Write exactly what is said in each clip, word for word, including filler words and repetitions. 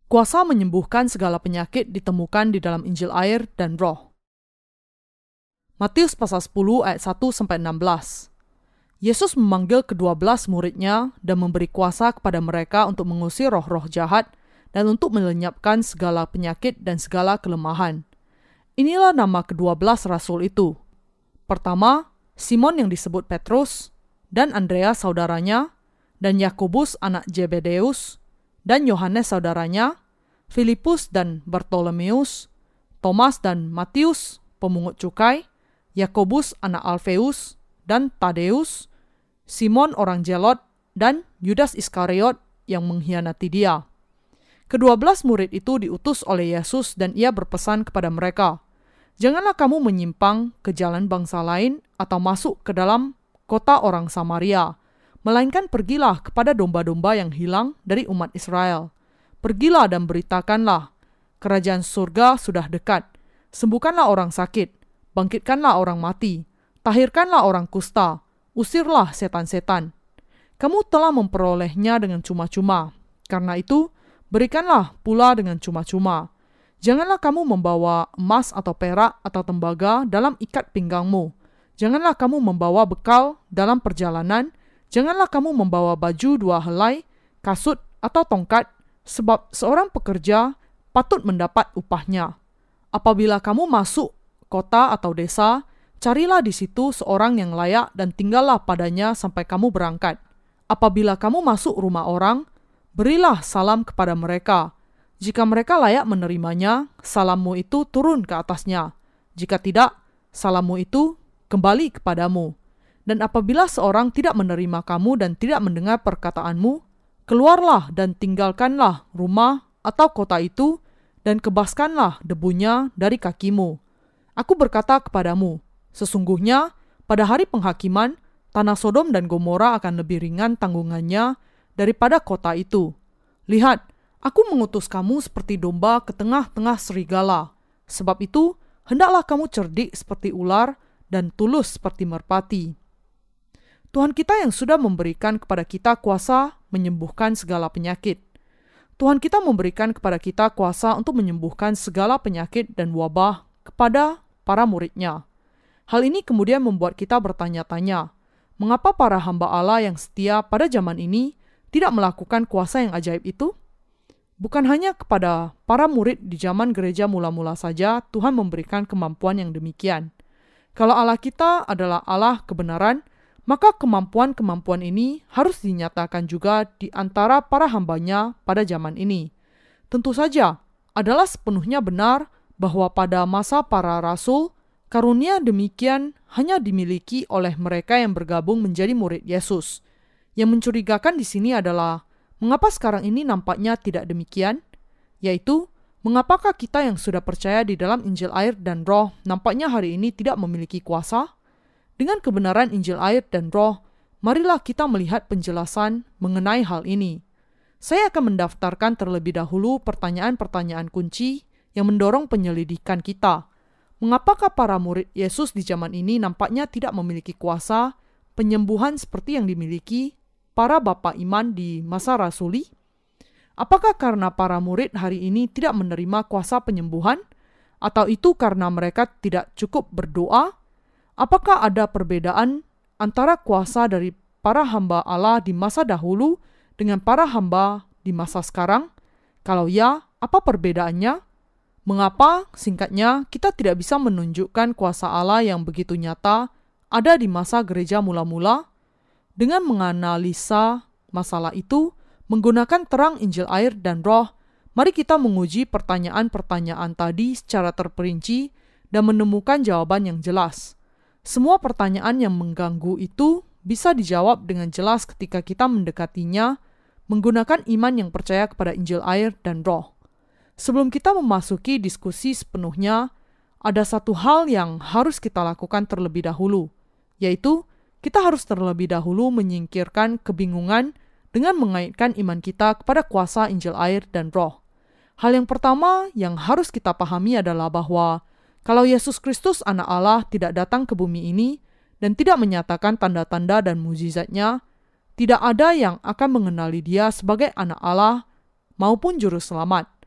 Kuasa menyembuhkan segala penyakit ditemukan di dalam Injil air dan Roh. Matius pasal sepuluh ayat satu sampai enam belas. Yesus memanggil kedua belas muridnya dan memberi kuasa kepada mereka untuk mengusir roh-roh jahat dan untuk melenyapkan segala penyakit dan segala kelemahan. Inilah nama kedua belas rasul itu. Pertama, Simon yang disebut Petrus, dan Andreas saudaranya, dan Yakobus anak Zebedeus, dan Yohanes saudaranya, Filipus dan Bartolomeus, Thomas dan Matius, pemungut cukai, Yakobus anak Alfeus, dan Tadeus, Simon orang Zelot, dan Yudas Iskariot yang mengkhianati dia. Kedua belas murid itu diutus oleh Yesus dan ia berpesan kepada mereka, "Janganlah kamu menyimpang ke jalan bangsa lain atau masuk ke dalam kota orang Samaria, melainkan pergilah kepada domba-domba yang hilang dari umat Israel. Pergilah dan beritakanlah, kerajaan surga sudah dekat. Sembuhkanlah orang sakit, bangkitkanlah orang mati, tahirkanlah orang kusta, usirlah setan-setan. Kamu telah memperolehnya dengan cuma-cuma, karena itu berikanlah pula dengan cuma-cuma. Janganlah kamu membawa emas atau perak atau tembaga dalam ikat pinggangmu. Janganlah kamu membawa bekal dalam perjalanan. Janganlah kamu membawa baju dua helai, kasut atau tongkat, sebab seorang pekerja patut mendapat upahnya. Apabila kamu masuk kota atau desa, carilah di situ seorang yang layak dan tinggallah padanya sampai kamu berangkat. Apabila kamu masuk rumah orang, berilah salam kepada mereka. Jika mereka layak menerimanya, salammu itu turun ke atasnya. Jika tidak, salammu itu kembali kepadamu. Dan apabila seorang tidak menerima kamu dan tidak mendengar perkataanmu, keluarlah dan tinggalkanlah rumah atau kota itu dan kebaskanlah debunya dari kakimu. Aku berkata kepadamu, sesungguhnya pada hari penghakiman, tanah Sodom dan Gomora akan lebih ringan tanggungannya daripada kota itu. Lihat, aku mengutus kamu seperti domba ke tengah-tengah serigala. Sebab itu, hendaklah kamu cerdik seperti ular dan tulus seperti merpati. Tuhan kita yang sudah memberikan kepada kita kuasa menyembuhkan segala penyakit. Tuhan kita memberikan kepada kita kuasa untuk menyembuhkan segala penyakit dan wabah kepada para muridnya. Hal ini kemudian membuat kita bertanya-tanya, mengapa para hamba Allah yang setia pada zaman ini tidak melakukan kuasa yang ajaib itu? Bukan hanya kepada para murid di zaman gereja mula-mula saja Tuhan memberikan kemampuan yang demikian. Kalau Allah kita adalah Allah kebenaran, maka kemampuan-kemampuan ini harus dinyatakan juga di antara para hambanya pada zaman ini. Tentu saja, adalah sepenuhnya benar bahwa pada masa para rasul, karunia demikian hanya dimiliki oleh mereka yang bergabung menjadi murid Yesus. Yang mencurigakan di sini adalah, mengapa sekarang ini nampaknya tidak demikian? Yaitu, mengapakah kita yang sudah percaya di dalam Injil air dan Roh nampaknya hari ini tidak memiliki kuasa? Dengan kebenaran Injil air dan Roh, marilah kita melihat penjelasan mengenai hal ini. Saya akan mendaftarkan terlebih dahulu pertanyaan-pertanyaan kunci yang mendorong penyelidikan kita. Mengapakah para murid Yesus di zaman ini nampaknya tidak memiliki kuasa penyembuhan seperti yang dimiliki para bapa iman di masa rasuli? Apakah karena para murid hari ini tidak menerima kuasa penyembuhan? Atau itu karena mereka tidak cukup berdoa? Apakah ada perbedaan antara kuasa dari para hamba Allah di masa dahulu dengan para hamba di masa sekarang? Kalau ya, apa perbedaannya? Mengapa, singkatnya, kita tidak bisa menunjukkan kuasa Allah yang begitu nyata ada di masa gereja mula-mula? Dengan menganalisa masalah itu, menggunakan terang Injil air dan Roh, mari kita menguji pertanyaan-pertanyaan tadi secara terperinci dan menemukan jawaban yang jelas. Semua pertanyaan yang mengganggu itu bisa dijawab dengan jelas ketika kita mendekatinya menggunakan iman yang percaya kepada Injil air dan Roh. Sebelum kita memasuki diskusi sepenuhnya, ada satu hal yang harus kita lakukan terlebih dahulu, yaitu kita harus terlebih dahulu menyingkirkan kebingungan dengan mengaitkan iman kita kepada kuasa Injil air dan Roh. Hal yang pertama yang harus kita pahami adalah bahwa kalau Yesus Kristus anak Allah tidak datang ke bumi ini dan tidak menyatakan tanda-tanda dan mukjizatnya, tidak ada yang akan mengenali dia sebagai anak Allah maupun juru selamat.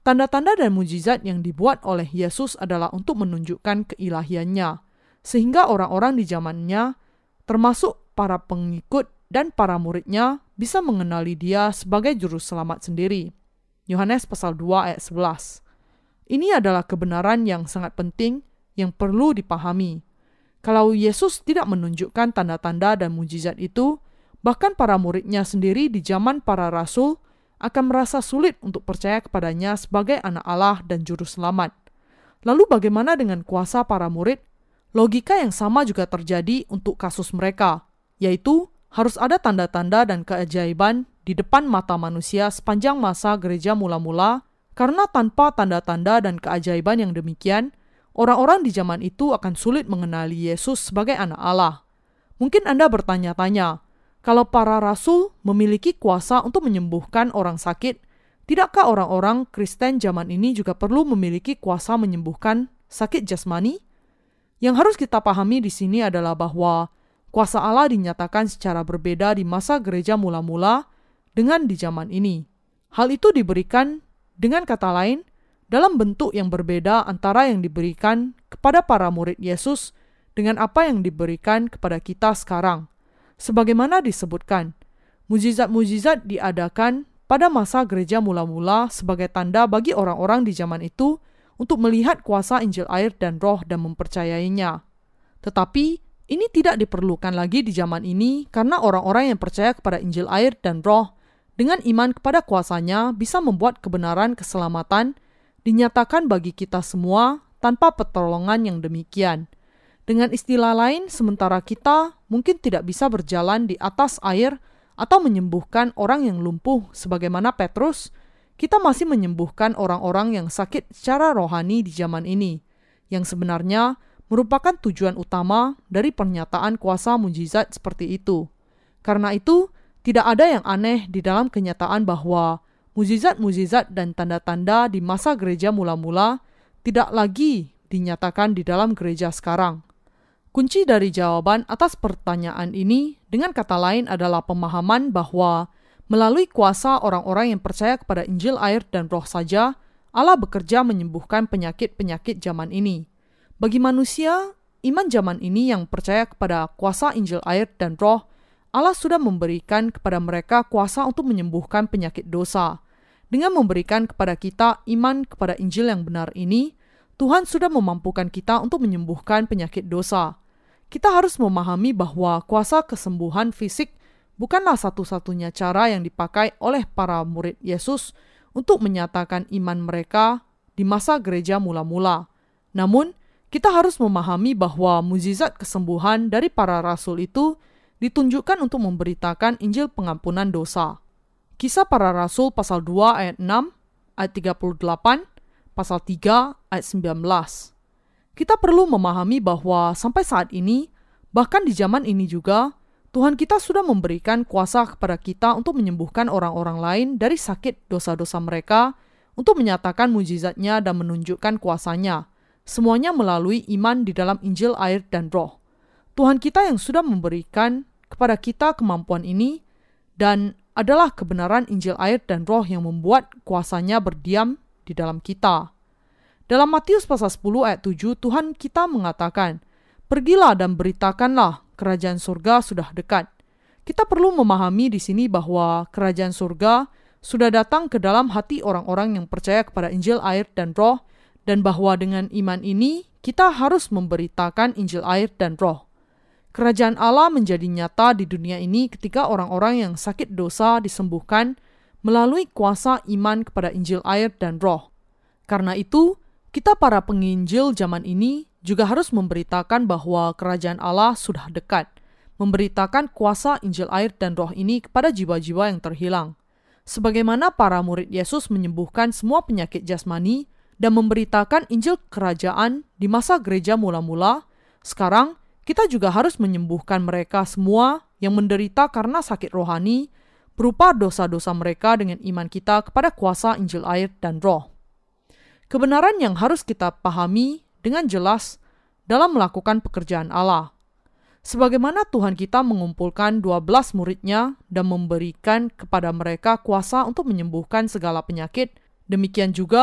Tanda-tanda dan mujizat yang dibuat oleh Yesus adalah untuk menunjukkan keilahiannya, sehingga orang-orang di zamannya, termasuk para pengikut dan para muridnya, bisa mengenali dia sebagai juru selamat sendiri. Yohanes pasal dua ayat sebelas. Ini adalah kebenaran yang sangat penting yang perlu dipahami. Kalau Yesus tidak menunjukkan tanda-tanda dan mujizat itu, bahkan para muridnya sendiri di zaman para rasul akan merasa sulit untuk percaya kepadanya sebagai anak Allah dan juru selamat. Lalu bagaimana dengan kuasa para murid? Logika yang sama juga terjadi untuk kasus mereka, yaitu harus ada tanda-tanda dan keajaiban di depan mata manusia sepanjang masa gereja mula-mula, karena tanpa tanda-tanda dan keajaiban yang demikian, orang-orang di zaman itu akan sulit mengenali Yesus sebagai anak Allah. Mungkin Anda bertanya-tanya, kalau para rasul memiliki kuasa untuk menyembuhkan orang sakit, tidakkah orang-orang Kristen zaman ini juga perlu memiliki kuasa menyembuhkan sakit jasmani? Yang harus kita pahami di sini adalah bahwa kuasa Allah dinyatakan secara berbeda di masa gereja mula-mula dengan di zaman ini. Hal itu diberikan dengan kata lain dalam bentuk yang berbeda antara yang diberikan kepada para murid Yesus dengan apa yang diberikan kepada kita sekarang. Sebagaimana disebutkan, mujizat-mujizat diadakan pada masa gereja mula-mula sebagai tanda bagi orang-orang di zaman itu untuk melihat kuasa Injil air dan roh dan mempercayainya. Tetapi ini tidak diperlukan lagi di zaman ini karena orang-orang yang percaya kepada Injil air dan roh dengan iman kepada kuasanya bisa membuat kebenaran keselamatan dinyatakan bagi kita semua tanpa pertolongan yang demikian. Dengan istilah lain, sementara kita mungkin tidak bisa berjalan di atas air atau menyembuhkan orang yang lumpuh sebagaimana Petrus, kita masih menyembuhkan orang-orang yang sakit secara rohani di zaman ini, yang sebenarnya merupakan tujuan utama dari pernyataan kuasa mujizat seperti itu. Karena itu, tidak ada yang aneh di dalam kenyataan bahwa mujizat-mujizat dan tanda-tanda di masa gereja mula-mula tidak lagi dinyatakan di dalam gereja sekarang. Kunci dari jawaban atas pertanyaan ini dengan kata lain adalah pemahaman bahwa melalui kuasa orang-orang yang percaya kepada Injil air dan roh saja, Allah bekerja menyembuhkan penyakit-penyakit zaman ini. Bagi manusia, iman zaman ini yang percaya kepada kuasa Injil air dan roh, Allah sudah memberikan kepada mereka kuasa untuk menyembuhkan penyakit dosa. Dengan memberikan kepada kita iman kepada Injil yang benar ini, Tuhan sudah memampukan kita untuk menyembuhkan penyakit dosa. Kita harus memahami bahwa kuasa kesembuhan fisik bukanlah satu-satunya cara yang dipakai oleh para murid Yesus untuk menyatakan iman mereka di masa gereja mula-mula. Namun, kita harus memahami bahwa mujizat kesembuhan dari para rasul itu ditunjukkan untuk memberitakan Injil pengampunan dosa. Kisah para Rasul pasal dua ayat enam, ayat tiga puluh delapan, pasal tiga ayat sembilan belas. Kita perlu memahami bahwa sampai saat ini, bahkan di zaman ini juga, Tuhan kita sudah memberikan kuasa kepada kita untuk menyembuhkan orang-orang lain dari sakit dosa-dosa mereka, untuk menyatakan mujizatnya dan menunjukkan kuasanya, semuanya melalui iman di dalam Injil air dan roh. Tuhan kita yang sudah memberikan kepada kita kemampuan ini, dan adalah kebenaran Injil air dan roh yang membuat kuasanya berdiam di dalam kita. Dalam Matius pasal sepuluh ayat tujuh, Tuhan kita mengatakan, "Pergilah dan beritakanlah, kerajaan surga sudah dekat." Kita perlu memahami di sini bahwa kerajaan surga sudah datang ke dalam hati orang-orang yang percaya kepada Injil air dan roh, dan bahwa dengan iman ini kita harus memberitakan Injil air dan roh. Kerajaan Allah menjadi nyata di dunia ini ketika orang-orang yang sakit dosa disembuhkan melalui kuasa iman kepada Injil air dan roh. Karena itu, kita para penginjil zaman ini juga harus memberitakan bahwa kerajaan Allah sudah dekat, memberitakan kuasa Injil air dan roh ini kepada jiwa-jiwa yang terhilang. Sebagaimana para murid Yesus menyembuhkan semua penyakit jasmani dan memberitakan Injil kerajaan di masa gereja mula-mula, sekarang kita juga harus menyembuhkan mereka semua yang menderita karena sakit rohani berupa dosa-dosa mereka dengan iman kita kepada kuasa Injil air dan roh. Kebenaran yang harus kita pahami dengan jelas dalam melakukan pekerjaan Allah. Sebagaimana Tuhan kita mengumpulkan dua belas muridnya dan memberikan kepada mereka kuasa untuk menyembuhkan segala penyakit, demikian juga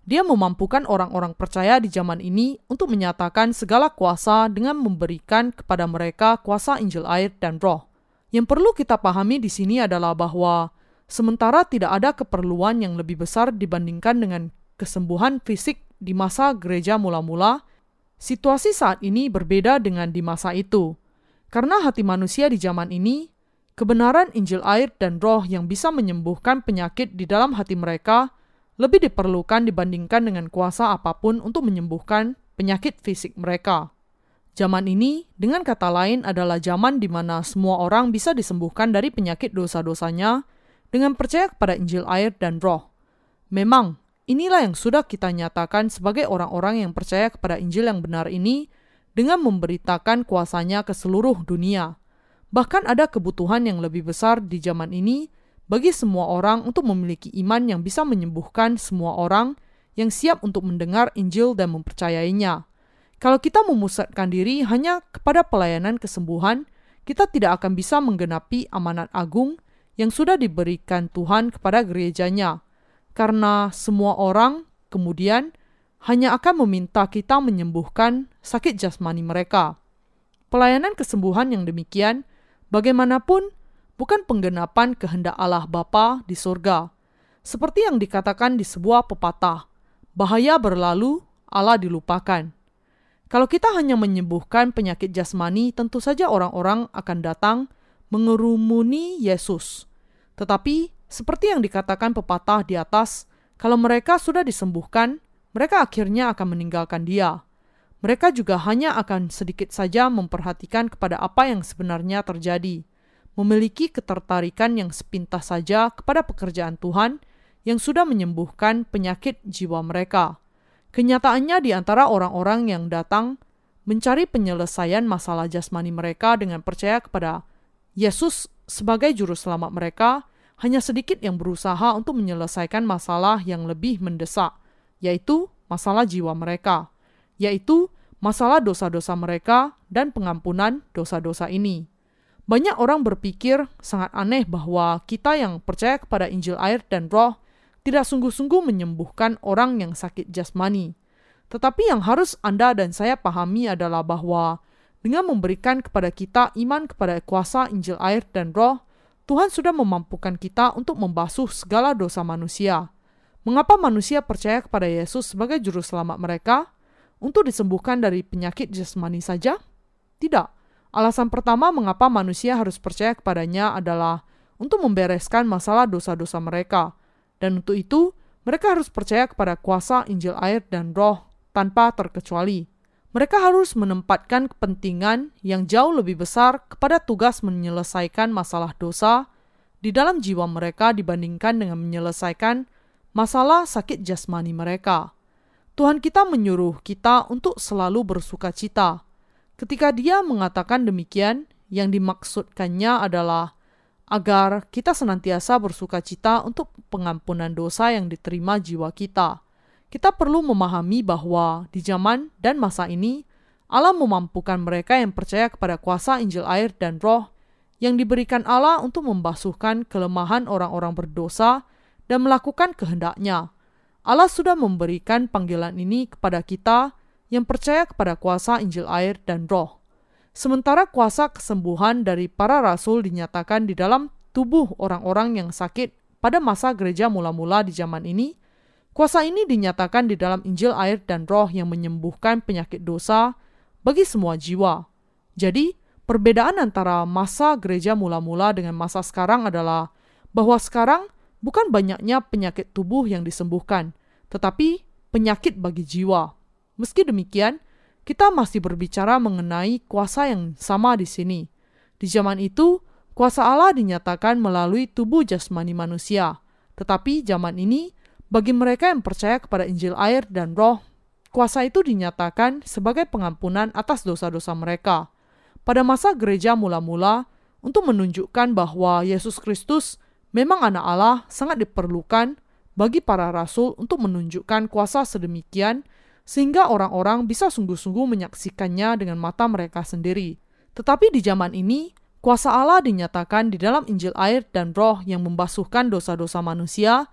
Dia memampukan orang-orang percaya di zaman ini untuk menyatakan segala kuasa dengan memberikan kepada mereka kuasa Injil air dan Roh. Yang perlu kita pahami di sini adalah bahwa sementara tidak ada keperluan yang lebih besar dibandingkan dengan kesembuhan fisik di masa gereja mula-mula, situasi saat ini berbeda dengan di masa itu. Karena hati manusia di zaman ini, kebenaran Injil air dan Roh yang bisa menyembuhkan penyakit di dalam hati mereka lebih diperlukan dibandingkan dengan kuasa apapun untuk menyembuhkan penyakit fisik mereka. Zaman ini, dengan kata lain, adalah zaman di mana semua orang bisa disembuhkan dari penyakit dosa-dosanya dengan percaya kepada Injil air dan Roh. Memang, inilah yang sudah kita nyatakan sebagai orang-orang yang percaya kepada Injil yang benar ini dengan memberitakan kuasanya ke seluruh dunia. Bahkan ada kebutuhan yang lebih besar di zaman ini bagi semua orang untuk memiliki iman yang bisa menyembuhkan semua orang yang siap untuk mendengar Injil dan mempercayainya. Kalau kita memusatkan diri hanya kepada pelayanan kesembuhan, kita tidak akan bisa menggenapi amanat agung yang sudah diberikan Tuhan kepada gerejanya. Karena semua orang kemudian hanya akan meminta kita menyembuhkan sakit jasmani mereka. Pelayanan kesembuhan yang demikian, bagaimanapun, bukan penggenapan kehendak Allah Bapa di surga. Seperti yang dikatakan di sebuah pepatah, bahaya berlalu, Allah dilupakan. Kalau kita hanya menyembuhkan penyakit jasmani, tentu saja orang-orang akan datang mengerumuni Yesus. Tetapi, seperti yang dikatakan pepatah di atas, kalau mereka sudah disembuhkan, mereka akhirnya akan meninggalkan Dia. Mereka juga hanya akan sedikit saja memperhatikan kepada apa yang sebenarnya terjadi, memiliki ketertarikan yang sepintas saja kepada pekerjaan Tuhan yang sudah menyembuhkan penyakit jiwa mereka. Kenyataannya di antara orang-orang yang datang mencari penyelesaian masalah jasmani mereka dengan percaya kepada Yesus sebagai juru selamat mereka, hanya sedikit yang berusaha untuk menyelesaikan masalah yang lebih mendesak, yaitu masalah jiwa mereka, yaitu masalah dosa-dosa mereka dan pengampunan dosa-dosa ini. Banyak orang berpikir sangat aneh bahwa kita yang percaya kepada Injil air dan Roh tidak sungguh-sungguh menyembuhkan orang yang sakit jasmani. Tetapi yang harus Anda dan saya pahami adalah bahwa dengan memberikan kepada kita iman kepada kuasa Injil air dan Roh, Tuhan sudah memampukan kita untuk membasuh segala dosa manusia. Mengapa manusia percaya kepada Yesus sebagai juru selamat mereka? Untuk disembuhkan dari penyakit jasmani saja? Tidak. Alasan pertama mengapa manusia harus percaya kepadanya adalah untuk membereskan masalah dosa-dosa mereka. Dan untuk itu, mereka harus percaya kepada kuasa Injil air dan Roh tanpa terkecuali. Mereka harus menempatkan kepentingan yang jauh lebih besar kepada tugas menyelesaikan masalah dosa di dalam jiwa mereka dibandingkan dengan menyelesaikan masalah sakit jasmani mereka. Tuhan kita menyuruh kita untuk selalu bersuka cita. Ketika Dia mengatakan demikian, yang dimaksudkannya adalah agar kita senantiasa bersuka cita untuk pengampunan dosa yang diterima jiwa kita. Kita perlu memahami bahwa di zaman dan masa ini, Allah memampukan mereka yang percaya kepada kuasa Injil air dan Roh yang diberikan Allah untuk membasuhkan kelemahan orang-orang berdosa dan melakukan kehendak-Nya. Allah sudah memberikan panggilan ini kepada kita yang percaya kepada kuasa Injil air dan Roh. Sementara kuasa kesembuhan dari para rasul dinyatakan di dalam tubuh orang-orang yang sakit pada masa gereja mula-mula di zaman ini, kuasa ini dinyatakan di dalam Injil air dan Roh yang menyembuhkan penyakit dosa bagi semua jiwa. Jadi, perbedaan antara masa gereja mula-mula dengan masa sekarang adalah bahwa sekarang bukan banyaknya penyakit tubuh yang disembuhkan, tetapi penyakit bagi jiwa. Meski demikian, kita masih berbicara mengenai kuasa yang sama di sini. Di zaman itu, kuasa Allah dinyatakan melalui tubuh jasmani manusia. Tetapi zaman ini, bagi mereka yang percaya kepada Injil air dan Roh, kuasa itu dinyatakan sebagai pengampunan atas dosa-dosa mereka. Pada masa gereja mula-mula, untuk menunjukkan bahwa Yesus Kristus memang anak Allah sangat diperlukan bagi para rasul untuk menunjukkan kuasa sedemikian sehingga orang-orang bisa sungguh-sungguh menyaksikannya dengan mata mereka sendiri. Tetapi di zaman ini, kuasa Allah dinyatakan di dalam Injil air dan Roh yang membasuhkan dosa-dosa manusia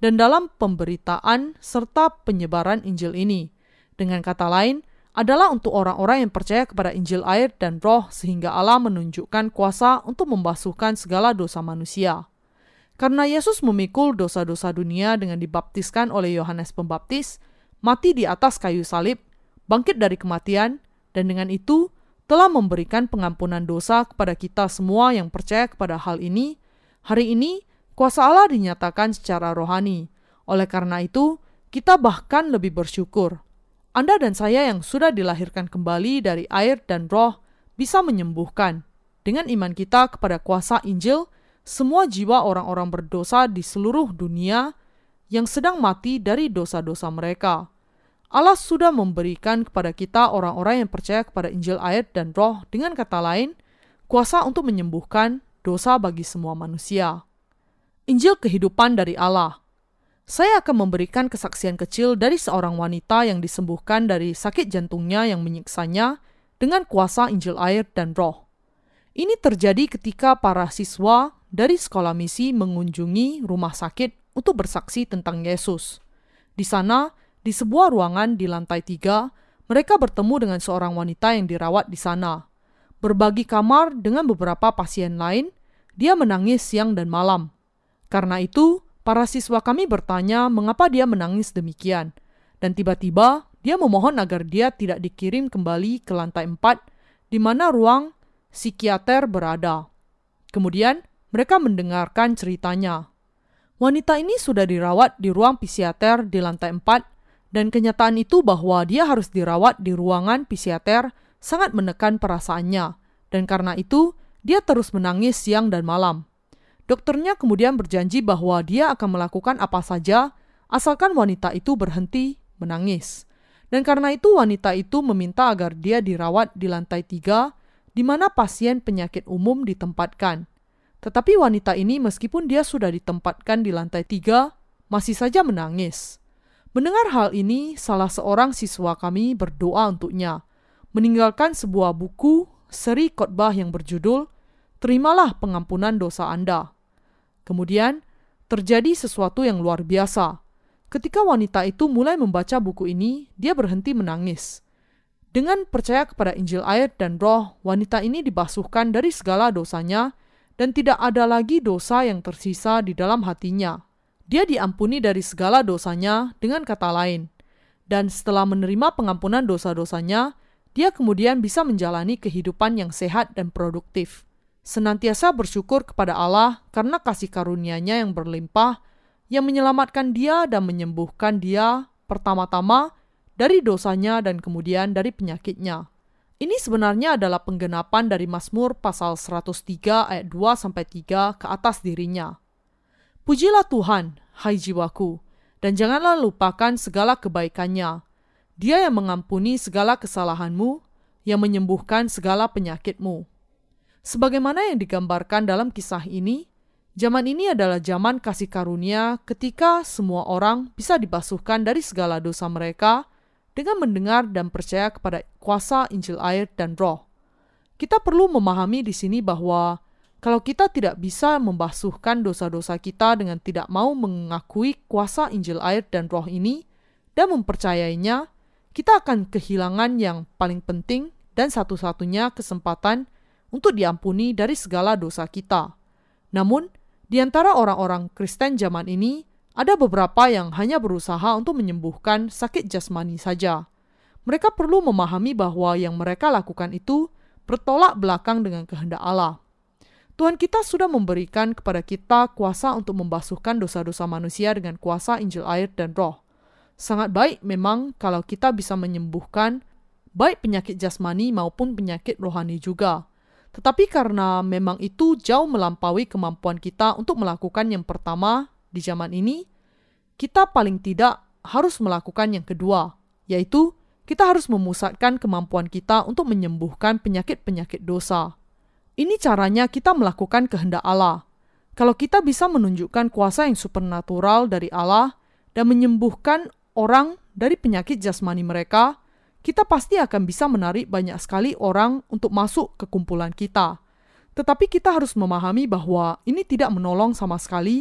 dan dalam pemberitaan serta penyebaran Injil ini. Dengan kata lain, adalah untuk orang-orang yang percaya kepada Injil air dan roh sehingga Allah menunjukkan kuasa untuk membasuhkan segala dosa manusia. Karena Yesus memikul dosa-dosa dunia dengan dibaptiskan oleh Yohanes Pembaptis, mati di atas kayu salib, bangkit dari kematian, dan dengan itu telah memberikan pengampunan dosa kepada kita semua yang percaya kepada hal ini. Hari ini, kuasa Allah dinyatakan secara rohani. Oleh karena itu, kita bahkan lebih bersyukur. Anda dan saya yang sudah dilahirkan kembali dari air dan roh bisa menyembuhkan. Dengan iman kita kepada kuasa Injil, semua jiwa orang-orang berdosa di seluruh dunia yang sedang mati dari dosa-dosa mereka. Allah sudah memberikan kepada kita orang-orang yang percaya kepada Injil air dan roh, dengan kata lain, kuasa untuk menyembuhkan dosa bagi semua manusia. Injil kehidupan dari Allah. Saya akan memberikan kesaksian kecil dari seorang wanita yang disembuhkan dari sakit jantungnya yang menyiksanya dengan kuasa Injil air dan roh. Ini terjadi ketika para siswa dari sekolah misi mengunjungi rumah sakit untuk bersaksi tentang Yesus. Di sana, di sebuah ruangan di lantai tiga, mereka bertemu dengan seorang wanita yang dirawat di sana. Berbagi kamar dengan beberapa pasien lain, dia menangis siang dan malam. Karena itu, para siswa kami bertanya mengapa dia menangis demikian, dan tiba-tiba dia memohon agar dia tidak dikirim kembali ke lantai empat, di mana ruang psikiater berada. Kemudian, mereka mendengarkan ceritanya. Wanita ini sudah dirawat di ruang psikiater di lantai empat, dan kenyataan itu bahwa dia harus dirawat di ruangan psikiater sangat menekan perasaannya, dan karena itu, dia terus menangis siang dan malam. Dokternya kemudian berjanji bahwa dia akan melakukan apa saja asalkan wanita itu berhenti menangis. Dan karena itu wanita itu meminta agar dia dirawat di lantai tiga, di mana pasien penyakit umum ditempatkan. Tetapi wanita ini meskipun dia sudah ditempatkan di lantai tiga, masih saja menangis. Mendengar hal ini, salah seorang siswa kami berdoa untuknya, meninggalkan sebuah buku seri khotbah yang berjudul "Terimalah pengampunan dosa Anda". Kemudian, terjadi sesuatu yang luar biasa. Ketika wanita itu mulai membaca buku ini, dia berhenti menangis. Dengan percaya kepada Injil air dan roh, wanita ini dibasuhkan dari segala dosanya dan tidak ada lagi dosa yang tersisa di dalam hatinya. Dia diampuni dari segala dosanya, dengan kata lain. Dan setelah menerima pengampunan dosa-dosanya, dia kemudian bisa menjalani kehidupan yang sehat dan produktif. Senantiasa bersyukur kepada Allah karena kasih karunia-Nya yang berlimpah, yang menyelamatkan dia dan menyembuhkan dia pertama-tama dari dosanya dan kemudian dari penyakitnya. Ini sebenarnya adalah penggenapan dari Mazmur pasal seratus tiga ayat dua sampai tiga ke atas dirinya. Pujilah Tuhan, hai jiwaku, dan janganlah lupakan segala kebaikan-Nya. Dia yang mengampuni segala kesalahanmu, yang menyembuhkan segala penyakitmu. Sebagaimana yang digambarkan dalam kisah ini, zaman ini adalah zaman kasih karunia ketika semua orang bisa dibasuhkan dari segala dosa mereka dengan mendengar dan percaya kepada kuasa Injil air dan roh. Kita perlu memahami di sini bahwa kalau kita tidak bisa membasuhkan dosa-dosa kita dengan tidak mau mengakui kuasa Injil air dan roh ini dan mempercayainya, kita akan kehilangan yang paling penting dan satu-satunya kesempatan untuk diampuni dari segala dosa kita. Namun, di antara orang-orang Kristen zaman ini, ada beberapa yang hanya berusaha untuk menyembuhkan sakit jasmani saja. Mereka perlu memahami bahwa yang mereka lakukan itu bertolak belakang dengan kehendak Allah. Tuhan kita sudah memberikan kepada kita kuasa untuk membasuhkan dosa-dosa manusia dengan kuasa Injil air dan roh. Sangat baik memang kalau kita bisa menyembuhkan baik penyakit jasmani maupun penyakit rohani juga. Tetapi karena memang itu jauh melampaui kemampuan kita untuk melakukan yang pertama di zaman ini, kita paling tidak harus melakukan yang kedua, yaitu kita harus memusatkan kemampuan kita untuk menyembuhkan penyakit-penyakit dosa. Ini caranya kita melakukan kehendak Allah. Kalau kita bisa menunjukkan kuasa yang supernatural dari Allah dan menyembuhkan orang dari penyakit jasmani mereka, kita pasti akan bisa menarik banyak sekali orang untuk masuk ke kumpulan kita. Tetapi kita harus memahami bahwa ini tidak menolong sama sekali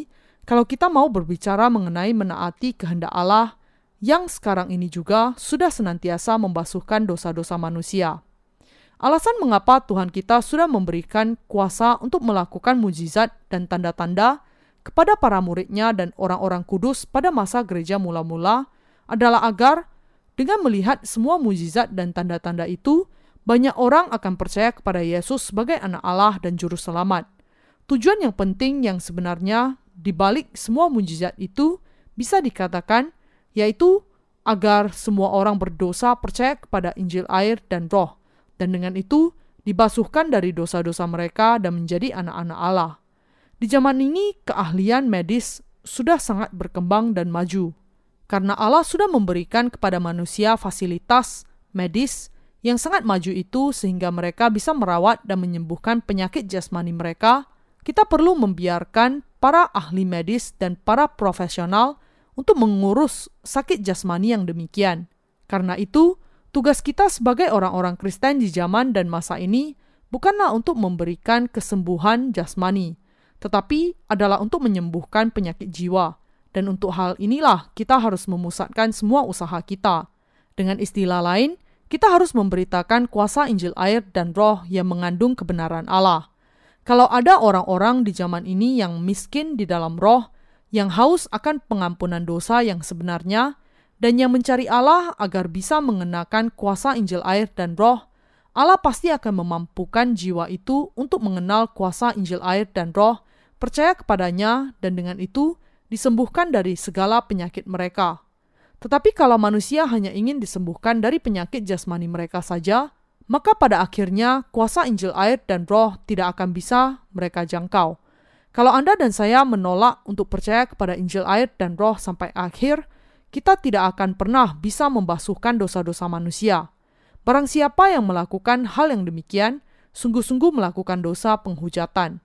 Kalau kita mau berbicara mengenai menaati kehendak Allah, yang sekarang ini juga sudah senantiasa membasuhkan dosa-dosa manusia. Alasan mengapa Tuhan kita sudah memberikan kuasa untuk melakukan mujizat dan tanda-tanda kepada para muridnya dan orang-orang kudus pada masa gereja mula-mula adalah agar dengan melihat semua mujizat dan tanda-tanda itu, banyak orang akan percaya kepada Yesus sebagai anak Allah dan juru selamat. Tujuan yang penting yang sebenarnya di balik semua mujizat itu bisa dikatakan yaitu agar semua orang berdosa percaya kepada Injil air dan Roh, dan dengan itu dibasuhkan dari dosa-dosa mereka dan menjadi anak-anak Allah. Di zaman ini, keahlian medis sudah sangat berkembang dan maju, karena Allah sudah memberikan kepada manusia fasilitas medis yang sangat maju itu sehingga mereka bisa merawat dan menyembuhkan penyakit jasmani mereka. Kita perlu membiarkan para ahli medis dan para profesional untuk mengurus sakit jasmani yang demikian. Karena itu, tugas kita sebagai orang-orang Kristen di zaman dan masa ini bukanlah untuk memberikan kesembuhan jasmani, tetapi adalah untuk menyembuhkan penyakit jiwa. Dan untuk hal inilah kita harus memusatkan semua usaha kita. Dengan istilah lain, kita harus memberitakan kuasa Injil air dan Roh yang mengandung kebenaran Allah. Kalau ada orang-orang di zaman ini yang miskin di dalam roh, yang haus akan pengampunan dosa yang sebenarnya, dan yang mencari Allah agar bisa mengenakan kuasa Injil air dan Roh, Allah pasti akan memampukan jiwa itu untuk mengenal kuasa Injil air dan Roh, percaya kepadanya, dan dengan itu disembuhkan dari segala penyakit mereka. Tetapi kalau manusia hanya ingin disembuhkan dari penyakit jasmani mereka saja, maka pada akhirnya kuasa Injil air dan Roh tidak akan bisa mereka jangkau. Kalau Anda dan saya menolak untuk percaya kepada Injil air dan Roh sampai akhir, kita tidak akan pernah bisa membasuhkan dosa-dosa manusia. Barang siapa yang melakukan hal yang demikian, sungguh-sungguh melakukan dosa penghujatan.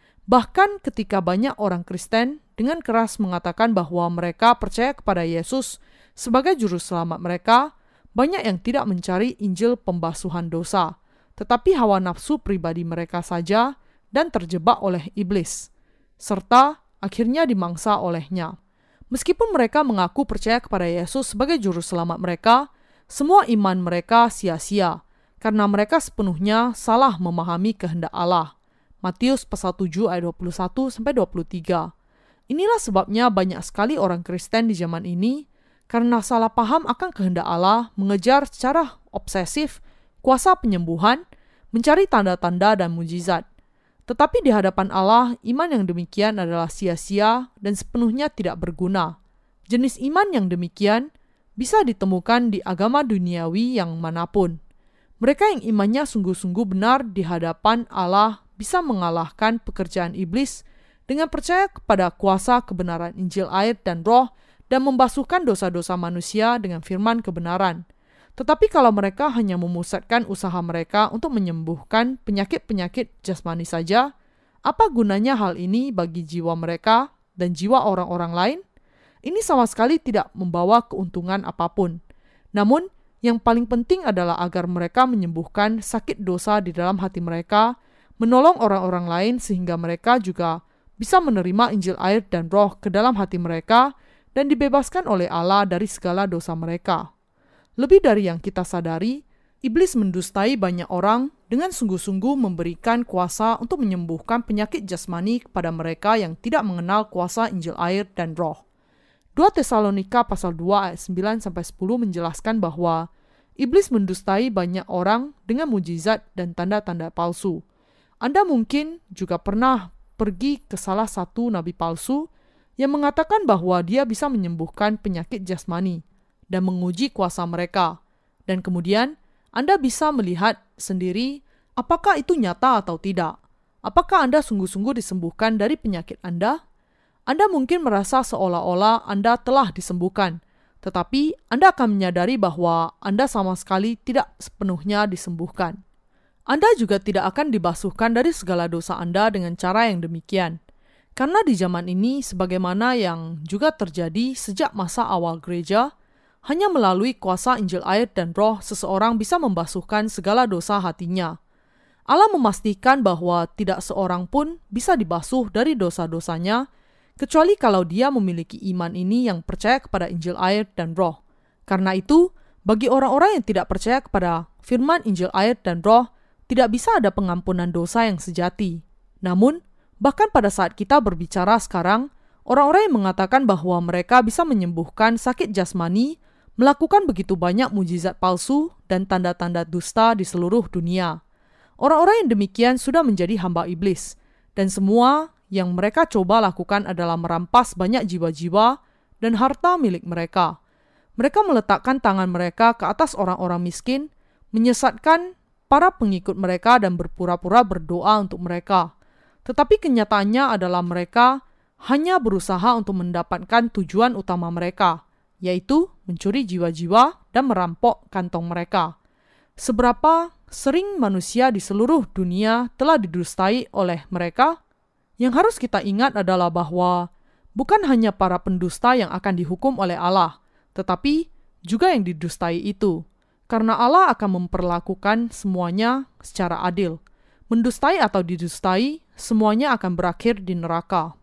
Bahkan ketika banyak orang Kristen dengan keras mengatakan bahwa mereka percaya kepada Yesus sebagai juru selamat mereka, banyak yang tidak mencari Injil pembasuhan dosa, tetapi hawa nafsu pribadi mereka saja dan terjebak oleh iblis, serta akhirnya dimangsa olehnya. Meskipun mereka mengaku percaya kepada Yesus sebagai juru selamat mereka, semua iman mereka sia-sia, karena mereka sepenuhnya salah memahami kehendak Allah. Matius pasal tujuh ayat dua puluh satu sampai dua puluh tiga. Inilah sebabnya banyak sekali orang Kristen di zaman ini, karena salah paham akan kehendak Allah, mengejar secara obsesif kuasa penyembuhan, mencari tanda-tanda dan mujizat. Tetapi di hadapan Allah, iman yang demikian adalah sia-sia dan sepenuhnya tidak berguna. Jenis iman yang demikian bisa ditemukan di agama duniawi yang manapun. Mereka yang imannya sungguh-sungguh benar di hadapan Allah bisa mengalahkan pekerjaan iblis dengan percaya kepada kuasa kebenaran Injil air dan Roh dan membasuhkan dosa-dosa manusia dengan firman kebenaran. Tetapi kalau mereka hanya memusatkan usaha mereka untuk menyembuhkan penyakit-penyakit jasmani saja, apa gunanya hal ini bagi jiwa mereka dan jiwa orang-orang lain? Ini sama sekali tidak membawa keuntungan apapun. Namun, yang paling penting adalah agar mereka menyembuhkan sakit dosa di dalam hati mereka, menolong orang-orang lain sehingga mereka juga bisa menerima Injil air dan Roh ke dalam hati mereka dan dibebaskan oleh Allah dari segala dosa mereka. Lebih dari yang kita sadari, iblis mendustai banyak orang dengan sungguh-sungguh memberikan kuasa untuk menyembuhkan penyakit jasmani kepada mereka yang tidak mengenal kuasa Injil air dan Roh. dua Tesalonika pasal dua ayat sembilan sampai sepuluh menjelaskan bahwa iblis mendustai banyak orang dengan mujizat dan tanda-tanda palsu. Anda mungkin juga pernah pergi ke salah satu nabi palsu yang mengatakan bahwa dia bisa menyembuhkan penyakit jasmani dan menguji kuasa mereka. Dan kemudian, Anda bisa melihat sendiri apakah itu nyata atau tidak. Apakah Anda sungguh-sungguh disembuhkan dari penyakit Anda? Anda mungkin merasa seolah-olah Anda telah disembuhkan, tetapi Anda akan menyadari bahwa Anda sama sekali tidak sepenuhnya disembuhkan. Anda juga tidak akan dibasuhkan dari segala dosa Anda dengan cara yang demikian. Karena di zaman ini, sebagaimana yang juga terjadi sejak masa awal gereja, hanya melalui kuasa Injil air dan Roh seseorang bisa membasuhkan segala dosa hatinya. Allah memastikan bahwa tidak seorang pun bisa dibasuh dari dosa-dosanya, kecuali kalau dia memiliki iman ini yang percaya kepada Injil air dan Roh. Karena itu, bagi orang-orang yang tidak percaya kepada firman Injil air dan Roh, tidak bisa ada pengampunan dosa yang sejati. Namun, bahkan pada saat kita berbicara sekarang, orang-orang yang mengatakan bahwa mereka bisa menyembuhkan sakit jasmani, melakukan begitu banyak mujizat palsu dan tanda-tanda dusta di seluruh dunia. Orang-orang yang demikian sudah menjadi hamba iblis, dan semua yang mereka coba lakukan adalah merampas banyak jiwa-jiwa dan harta milik mereka. Mereka meletakkan tangan mereka ke atas orang-orang miskin, menyesatkan para pengikut mereka dan berpura-pura berdoa untuk mereka. Tetapi kenyataannya adalah mereka hanya berusaha untuk mendapatkan tujuan utama mereka, yaitu mencuri jiwa-jiwa dan merampok kantong mereka. Seberapa sering manusia di seluruh dunia telah didustai oleh mereka? Yang harus kita ingat adalah bahwa bukan hanya para pendusta yang akan dihukum oleh Allah, tetapi juga yang didustai itu. Karena Allah akan memperlakukan semuanya secara adil. Mendustai atau didustai, semuanya akan berakhir di neraka.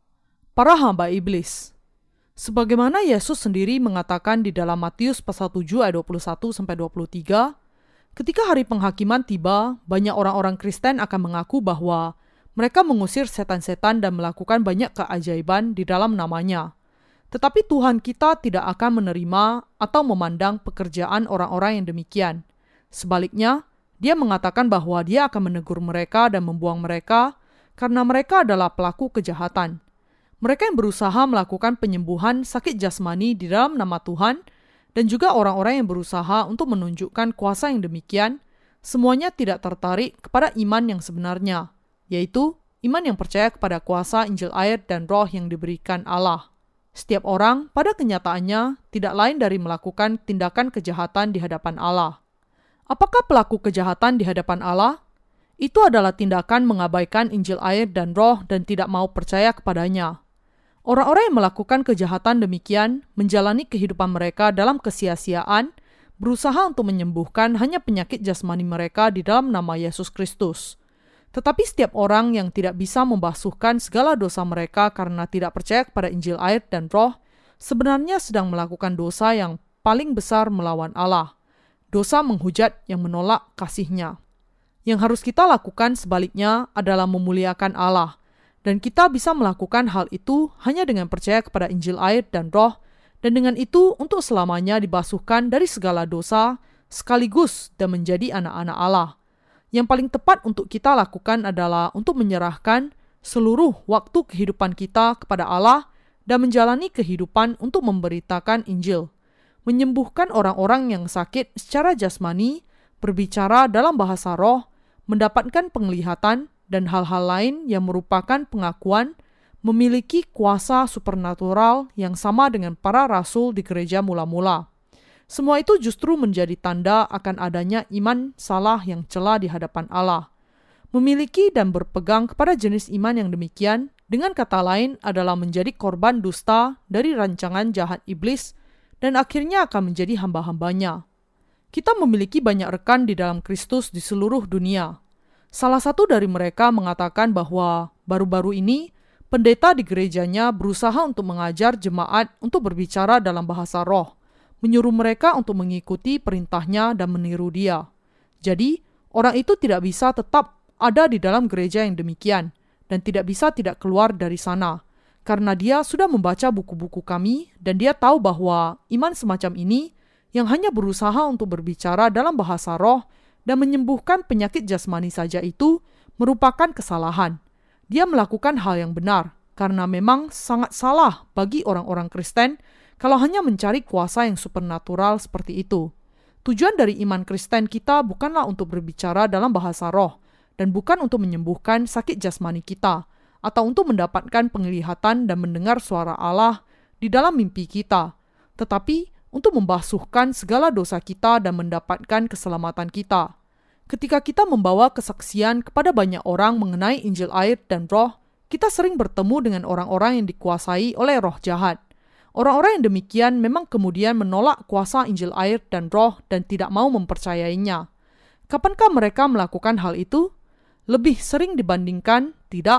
Para hamba iblis. Sebagaimana Yesus sendiri mengatakan di dalam Matius pasal tujuh ayat dua puluh satu sampai dua puluh tiga, ketika hari penghakiman tiba, banyak orang-orang Kristen akan mengaku bahwa mereka mengusir setan-setan dan melakukan banyak keajaiban di dalam namanya. Tetapi Tuhan kita tidak akan menerima atau memandang pekerjaan orang-orang yang demikian. Sebaliknya, Dia mengatakan bahwa Dia akan menegur mereka dan membuang mereka karena mereka adalah pelaku kejahatan. Mereka yang berusaha melakukan penyembuhan sakit jasmani di dalam nama Tuhan dan juga orang-orang yang berusaha untuk menunjukkan kuasa yang demikian, semuanya tidak tertarik kepada iman yang sebenarnya, yaitu iman yang percaya kepada kuasa Injil air dan Roh yang diberikan Allah. Setiap orang pada kenyataannya tidak lain dari melakukan tindakan kejahatan di hadapan Allah. Apakah pelaku kejahatan di hadapan Allah? Itu adalah tindakan mengabaikan Injil air dan Roh dan tidak mau percaya kepadanya. Orang-orang yang melakukan kejahatan demikian menjalani kehidupan mereka dalam kesia-siaan, berusaha untuk menyembuhkan hanya penyakit jasmani mereka di dalam nama Yesus Kristus. Tetapi setiap orang yang tidak bisa membasuhkan segala dosa mereka karena tidak percaya kepada Injil air dan Roh, sebenarnya sedang melakukan dosa yang paling besar melawan Allah. Dosa menghujat yang menolak kasih-Nya. Yang harus kita lakukan sebaliknya adalah memuliakan Allah. Dan kita bisa melakukan hal itu hanya dengan percaya kepada Injil air dan Roh, dan dengan itu untuk selamanya dibasuhkan dari segala dosa, sekaligus dan menjadi anak-anak Allah. Yang paling tepat untuk kita lakukan adalah untuk menyerahkan seluruh waktu kehidupan kita kepada Allah dan menjalani kehidupan untuk memberitakan Injil, menyembuhkan orang-orang yang sakit secara jasmani, berbicara dalam bahasa roh, mendapatkan penglihatan, dan hal-hal lain yang merupakan pengakuan memiliki kuasa supernatural yang sama dengan para rasul di gereja mula-mula. Semua itu justru menjadi tanda akan adanya iman salah yang cela di hadapan Allah. Memiliki dan berpegang kepada jenis iman yang demikian, dengan kata lain adalah menjadi korban dusta dari rancangan jahat iblis dan akhirnya akan menjadi hamba-hambanya. Kita memiliki banyak rekan di dalam Kristus di seluruh dunia. Salah satu dari mereka mengatakan bahwa baru-baru ini pendeta di gerejanya berusaha untuk mengajar jemaat untuk berbicara dalam bahasa roh, menyuruh mereka untuk mengikuti perintahnya dan meniru dia. Jadi, orang itu tidak bisa tetap ada di dalam gereja yang demikian, dan tidak bisa tidak keluar dari sana, karena dia sudah membaca buku-buku kami, dan dia tahu bahwa iman semacam ini, yang hanya berusaha untuk berbicara dalam bahasa roh, dan menyembuhkan penyakit jasmani saja itu, merupakan kesalahan. Dia melakukan hal yang benar, karena memang sangat salah bagi orang-orang Kristen, kalau hanya mencari kuasa yang supernatural seperti itu. Tujuan dari iman Kristen kita bukanlah untuk berbicara dalam bahasa roh, dan bukan untuk menyembuhkan sakit jasmani kita, atau untuk mendapatkan penglihatan dan mendengar suara Allah di dalam mimpi kita, tetapi untuk membasuhkan segala dosa kita dan mendapatkan keselamatan kita. Ketika kita membawa kesaksian kepada banyak orang mengenai Injil air dan Roh, kita sering bertemu dengan orang-orang yang dikuasai oleh roh jahat. Orang-orang yang demikian memang kemudian menolak kuasa Injil air dan Roh dan tidak mau mempercayainya. Kapankah mereka melakukan hal itu? Lebih sering dibandingkan tidak,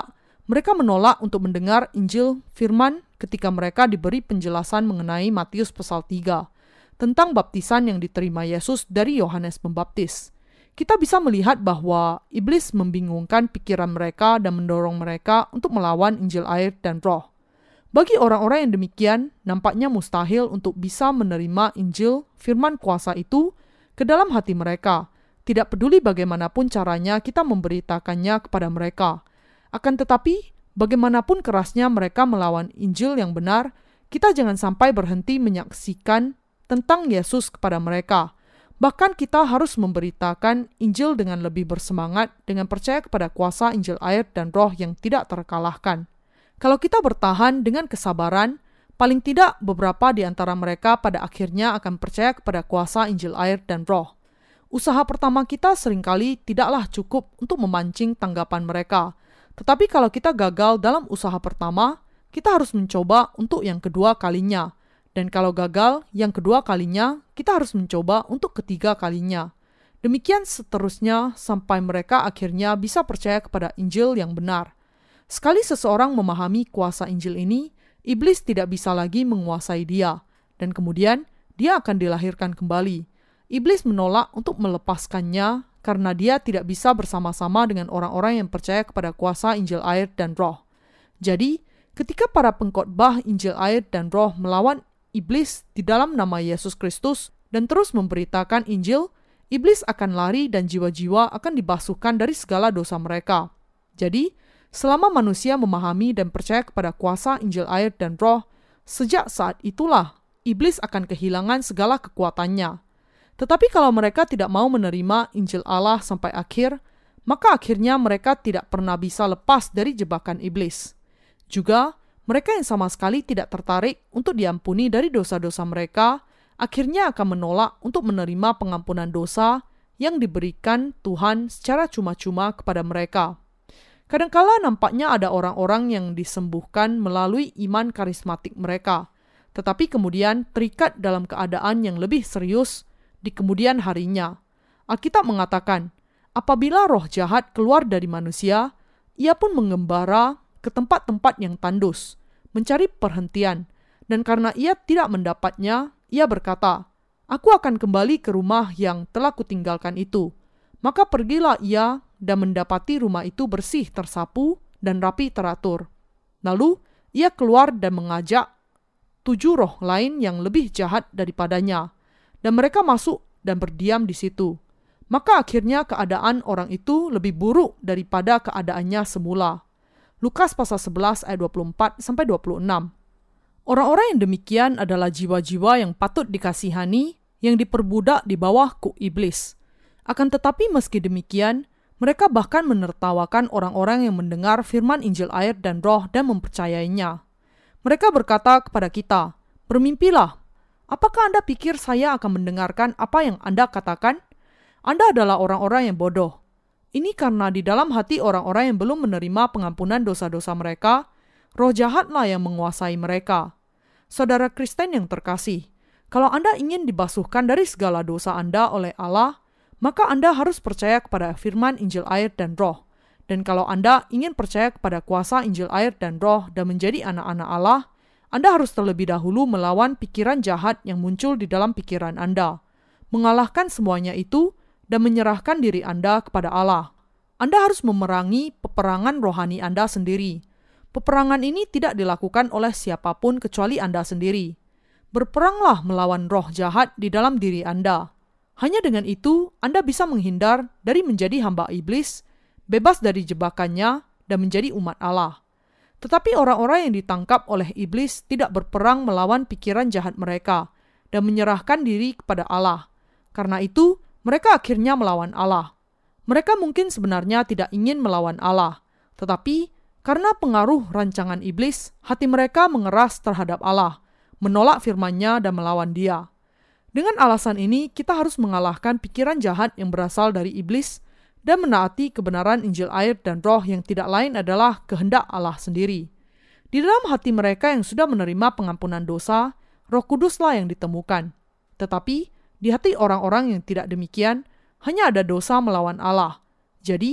Mereka menolak untuk mendengar Injil firman ketika mereka diberi penjelasan mengenai Matius pasal tiga tentang baptisan yang diterima Yesus dari Yohanes Pembaptis. Kita bisa melihat bahwa iblis membingungkan pikiran mereka dan mendorong mereka untuk melawan Injil air dan Roh. Bagi orang-orang yang demikian, nampaknya mustahil untuk bisa menerima Injil firman kuasa itu ke dalam hati mereka. Tidak peduli bagaimanapun caranya kita memberitakannya kepada mereka. Akan tetapi, bagaimanapun kerasnya mereka melawan Injil yang benar, kita jangan sampai berhenti menyaksikan tentang Yesus kepada mereka. Bahkan kita harus memberitakan Injil dengan lebih bersemangat dengan percaya kepada kuasa Injil air dan Roh yang tidak terkalahkan. Kalau kita bertahan dengan kesabaran, paling tidak beberapa di antara mereka pada akhirnya akan percaya kepada kuasa Injil air dan Roh. Usaha pertama kita seringkali tidaklah cukup untuk memancing tanggapan mereka. Tetapi kalau kita gagal dalam usaha pertama, kita harus mencoba untuk yang kedua kalinya. Dan kalau gagal, yang kedua kalinya, kita harus mencoba untuk ketiga kalinya. Demikian seterusnya sampai mereka akhirnya bisa percaya kepada Injil yang benar. Sekali seseorang memahami kuasa Injil ini, iblis tidak bisa lagi menguasai dia. Dan kemudian, dia akan dilahirkan kembali. Iblis menolak untuk melepaskannya karena dia tidak bisa bersama-sama dengan orang-orang yang percaya kepada kuasa Injil air dan Roh. Jadi, ketika para pengkhotbah Injil air dan Roh melawan iblis di dalam nama Yesus Kristus dan terus memberitakan Injil, iblis akan lari dan jiwa-jiwa akan dibasuhkan dari segala dosa mereka. Jadi, selama manusia memahami dan percaya kepada kuasa Injil air dan Roh, sejak saat itulah iblis akan kehilangan segala kekuatannya. Tetapi kalau mereka tidak mau menerima Injil Allah sampai akhir, maka akhirnya mereka tidak pernah bisa lepas dari jebakan iblis. Juga, mereka yang sama sekali tidak tertarik untuk diampuni dari dosa-dosa mereka, akhirnya akan menolak untuk menerima pengampunan dosa yang diberikan Tuhan secara cuma-cuma kepada mereka. Kadangkala nampaknya ada orang-orang yang disembuhkan melalui iman karismatik mereka, tetapi kemudian terikat dalam keadaan yang lebih serius di kemudian harinya. Alkitab mengatakan, apabila roh jahat keluar dari manusia, ia pun mengembara ke tempat-tempat yang tandus, mencari perhentian, dan karena ia tidak mendapatnya, ia berkata, aku akan kembali ke rumah yang telah kutinggalkan itu. Maka pergilah ia dan mendapati rumah itu bersih tersapu dan rapi teratur. Lalu ia keluar dan mengajak tujuh roh lain yang lebih jahat daripadanya, dan mereka masuk dan berdiam di situ. Maka akhirnya keadaan orang itu lebih buruk daripada keadaannya semula. Lukas pasal sebelas ayat dua puluh empat sampai dua puluh enam. Orang-orang yang demikian adalah jiwa-jiwa yang patut dikasihani, yang diperbudak di bawah kuk iblis. Akan tetapi meski demikian, mereka bahkan menertawakan orang-orang yang mendengar firman Injil air dan Roh dan mempercayainya. Mereka berkata kepada kita, bermimpilah. Apakah Anda pikir saya akan mendengarkan apa yang Anda katakan? Anda adalah orang-orang yang bodoh. Ini karena di dalam hati orang-orang yang belum menerima pengampunan dosa-dosa mereka, roh jahatlah yang menguasai mereka. Saudara Kristen yang terkasih, kalau Anda ingin dibasuhkan dari segala dosa Anda oleh Allah, maka Anda harus percaya kepada firman Injil air dan Roh. Dan kalau Anda ingin percaya kepada kuasa Injil air dan Roh dan menjadi anak-anak Allah, Anda harus terlebih dahulu melawan pikiran jahat yang muncul di dalam pikiran Anda, mengalahkan semuanya itu, dan menyerahkan diri Anda kepada Allah. Anda harus memerangi peperangan rohani Anda sendiri. Peperangan ini tidak dilakukan oleh siapapun kecuali Anda sendiri. Berperanglah melawan roh jahat di dalam diri Anda. Hanya dengan itu, Anda bisa menghindar dari menjadi hamba iblis, bebas dari jebakannya, dan menjadi umat Allah. Tetapi orang-orang yang ditangkap oleh iblis tidak berperang melawan pikiran jahat mereka, dan menyerahkan diri kepada Allah. Karena itu, mereka akhirnya melawan Allah. Mereka mungkin sebenarnya tidak ingin melawan Allah, tetapi karena pengaruh rancangan iblis, hati mereka mengeras terhadap Allah, menolak firman-Nya dan melawan Dia. Dengan alasan ini, kita harus mengalahkan pikiran jahat yang berasal dari iblis dan menaati kebenaran Injil air dan Roh yang tidak lain adalah kehendak Allah sendiri. Di dalam hati mereka yang sudah menerima pengampunan dosa, Roh Kuduslah yang ditemukan. Tetapi di hati orang-orang yang tidak demikian, hanya ada dosa melawan Allah. Jadi,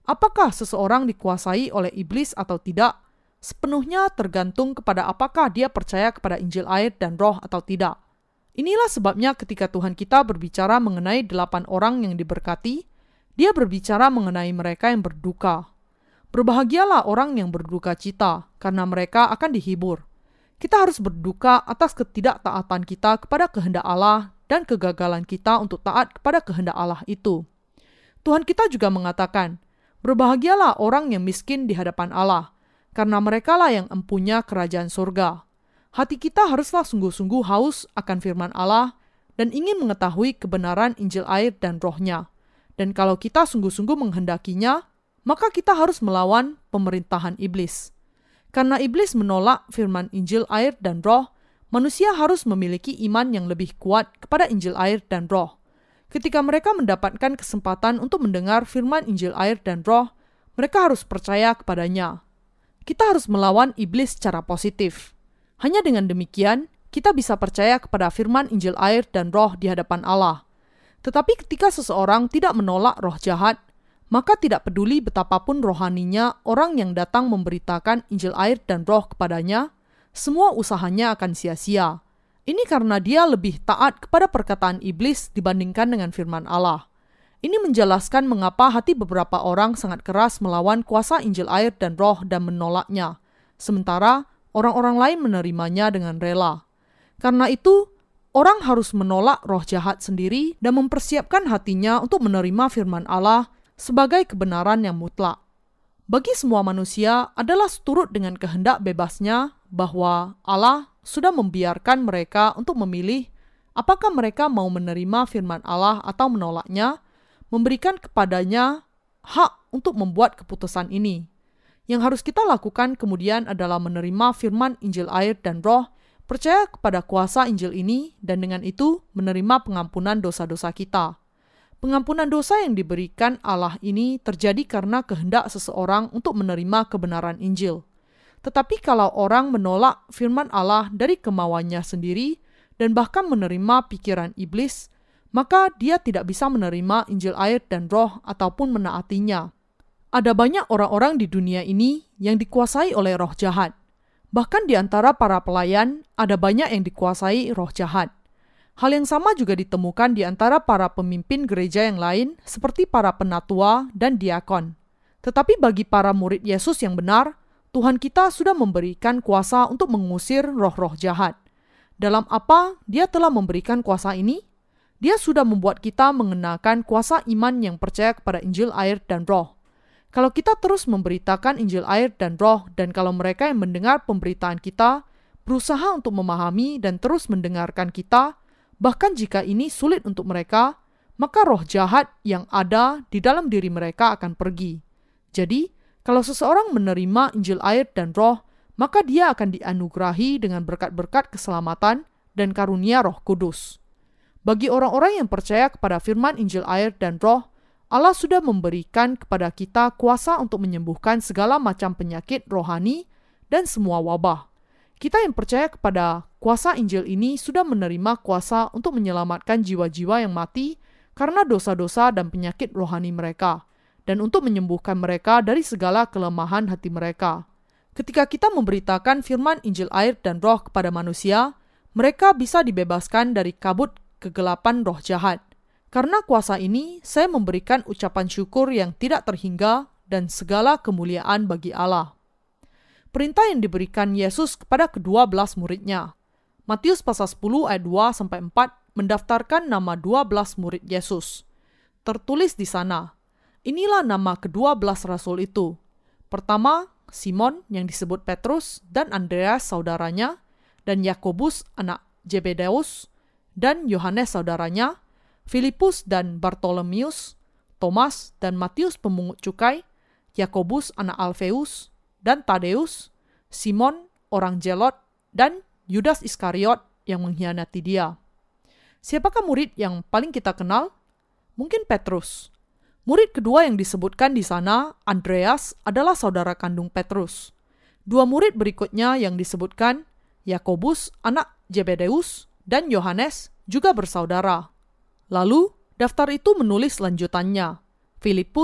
Apakah seseorang dikuasai oleh iblis atau tidak, sepenuhnya tergantung kepada apakah dia percaya kepada Injil air dan Roh atau tidak. Inilah sebabnya ketika Tuhan kita berbicara mengenai delapan orang yang diberkati, dia berbicara mengenai mereka yang berduka. Berbahagialah orang yang berduka cita, karena mereka akan dihibur. Kita harus berduka atas ketidaktaatan kita kepada kehendak Allah dan kegagalan kita untuk taat kepada kehendak Allah itu. Tuhan kita juga mengatakan, berbahagialah orang yang miskin di hadapan Allah, karena merekalah yang empunya kerajaan surga. Hati kita haruslah sungguh-sungguh haus akan firman Allah dan ingin mengetahui kebenaran Injil air dan Roh-Nya. Dan kalau kita sungguh-sungguh menghendakinya, maka kita harus melawan pemerintahan iblis. Karena iblis menolak firman Injil air dan Roh, manusia harus memiliki iman yang lebih kuat kepada Injil air dan Roh. Ketika mereka mendapatkan kesempatan untuk mendengar firman Injil air dan Roh, mereka harus percaya kepadanya. Kita harus melawan iblis secara positif. Hanya dengan demikian, kita bisa percaya kepada firman Injil air dan Roh di hadapan Allah. Tetapi ketika seseorang tidak menolak roh jahat, maka tidak peduli betapapun rohaninya orang yang datang memberitakan Injil air dan Roh kepadanya, semua usahanya akan sia-sia. Ini karena dia lebih taat kepada perkataan iblis dibandingkan dengan firman Allah. Ini menjelaskan mengapa hati beberapa orang sangat keras melawan kuasa Injil air dan Roh dan menolaknya, sementara orang-orang lain menerimanya dengan rela. Karena itu, orang harus menolak roh jahat sendiri dan mempersiapkan hatinya untuk menerima firman Allah sebagai kebenaran yang mutlak. Bagi semua manusia adalah seturut dengan kehendak bebasnya bahwa Allah sudah membiarkan mereka untuk memilih apakah mereka mau menerima firman Allah atau menolaknya, memberikan kepadanya hak untuk membuat keputusan ini. Yang harus kita lakukan kemudian adalah menerima firman Injil air dan Roh, percaya kepada kuasa Injil ini, dan dengan itu menerima pengampunan dosa-dosa kita. Pengampunan dosa yang diberikan Allah ini terjadi karena kehendak seseorang untuk menerima kebenaran Injil. Tetapi kalau orang menolak firman Allah dari kemauannya sendiri dan bahkan menerima pikiran iblis, maka dia tidak bisa menerima Injil air dan Roh ataupun menaatinya. Ada banyak orang-orang di dunia ini yang dikuasai oleh roh jahat. Bahkan di antara para pelayan, ada banyak yang dikuasai roh jahat. Hal yang sama juga ditemukan di antara para pemimpin gereja yang lain, seperti para penatua dan diakon. Tetapi bagi para murid Yesus yang benar, Tuhan kita sudah memberikan kuasa untuk mengusir roh-roh jahat. Dalam apa Dia telah memberikan kuasa ini? Dia sudah membuat kita mengenakan kuasa iman yang percaya kepada Injil air dan Roh. Kalau kita terus memberitakan Injil air dan Roh, dan kalau mereka yang mendengar pemberitaan kita berusaha untuk memahami dan terus mendengarkan kita, bahkan jika ini sulit untuk mereka, maka roh jahat yang ada di dalam diri mereka akan pergi. Jadi, kalau seseorang menerima Injil air dan Roh, maka dia akan dianugerahi dengan berkat-berkat keselamatan dan karunia Roh Kudus. Bagi orang-orang yang percaya kepada firman Injil air dan Roh, Allah sudah memberikan kepada kita kuasa untuk menyembuhkan segala macam penyakit rohani dan semua wabah. Kita yang percaya kepada kuasa Injil ini sudah menerima kuasa untuk menyelamatkan jiwa-jiwa yang mati karena dosa-dosa dan penyakit rohani mereka, dan untuk menyembuhkan mereka dari segala kelemahan hati mereka. Ketika kita memberitakan firman Injil air dan Roh kepada manusia, mereka bisa dibebaskan dari kabut kegelapan roh jahat. Karena kuasa ini, saya memberikan ucapan syukur yang tidak terhingga dan segala kemuliaan bagi Allah. Perintah yang diberikan Yesus kepada kedua belas muridnya. Matius pasal sepuluh ayat dua sampai empat mendaftarkan nama dua belas murid Yesus. Tertulis di sana, inilah nama kedua belas rasul itu. Pertama, Simon yang disebut Petrus dan Andreas saudaranya, dan Yakobus anak Zebedeus, dan Yohanes saudaranya, Filipus dan Bartolomeus, Thomas dan Matius pemungut cukai, Yakobus anak Alfeus, dan Tadeus, Simon orang Zelot, dan Yudas Iskariot yang mengkhianati dia. Siapakah murid yang paling kita kenal? Mungkin Petrus. Murid kedua yang disebutkan di sana, Andreas, adalah saudara kandung Petrus. Dua murid berikutnya yang disebutkan, Yakobus anak Zebedeus, dan Yohanes juga bersaudara. Lalu, daftar itu menulis lanjutannya, Filipus,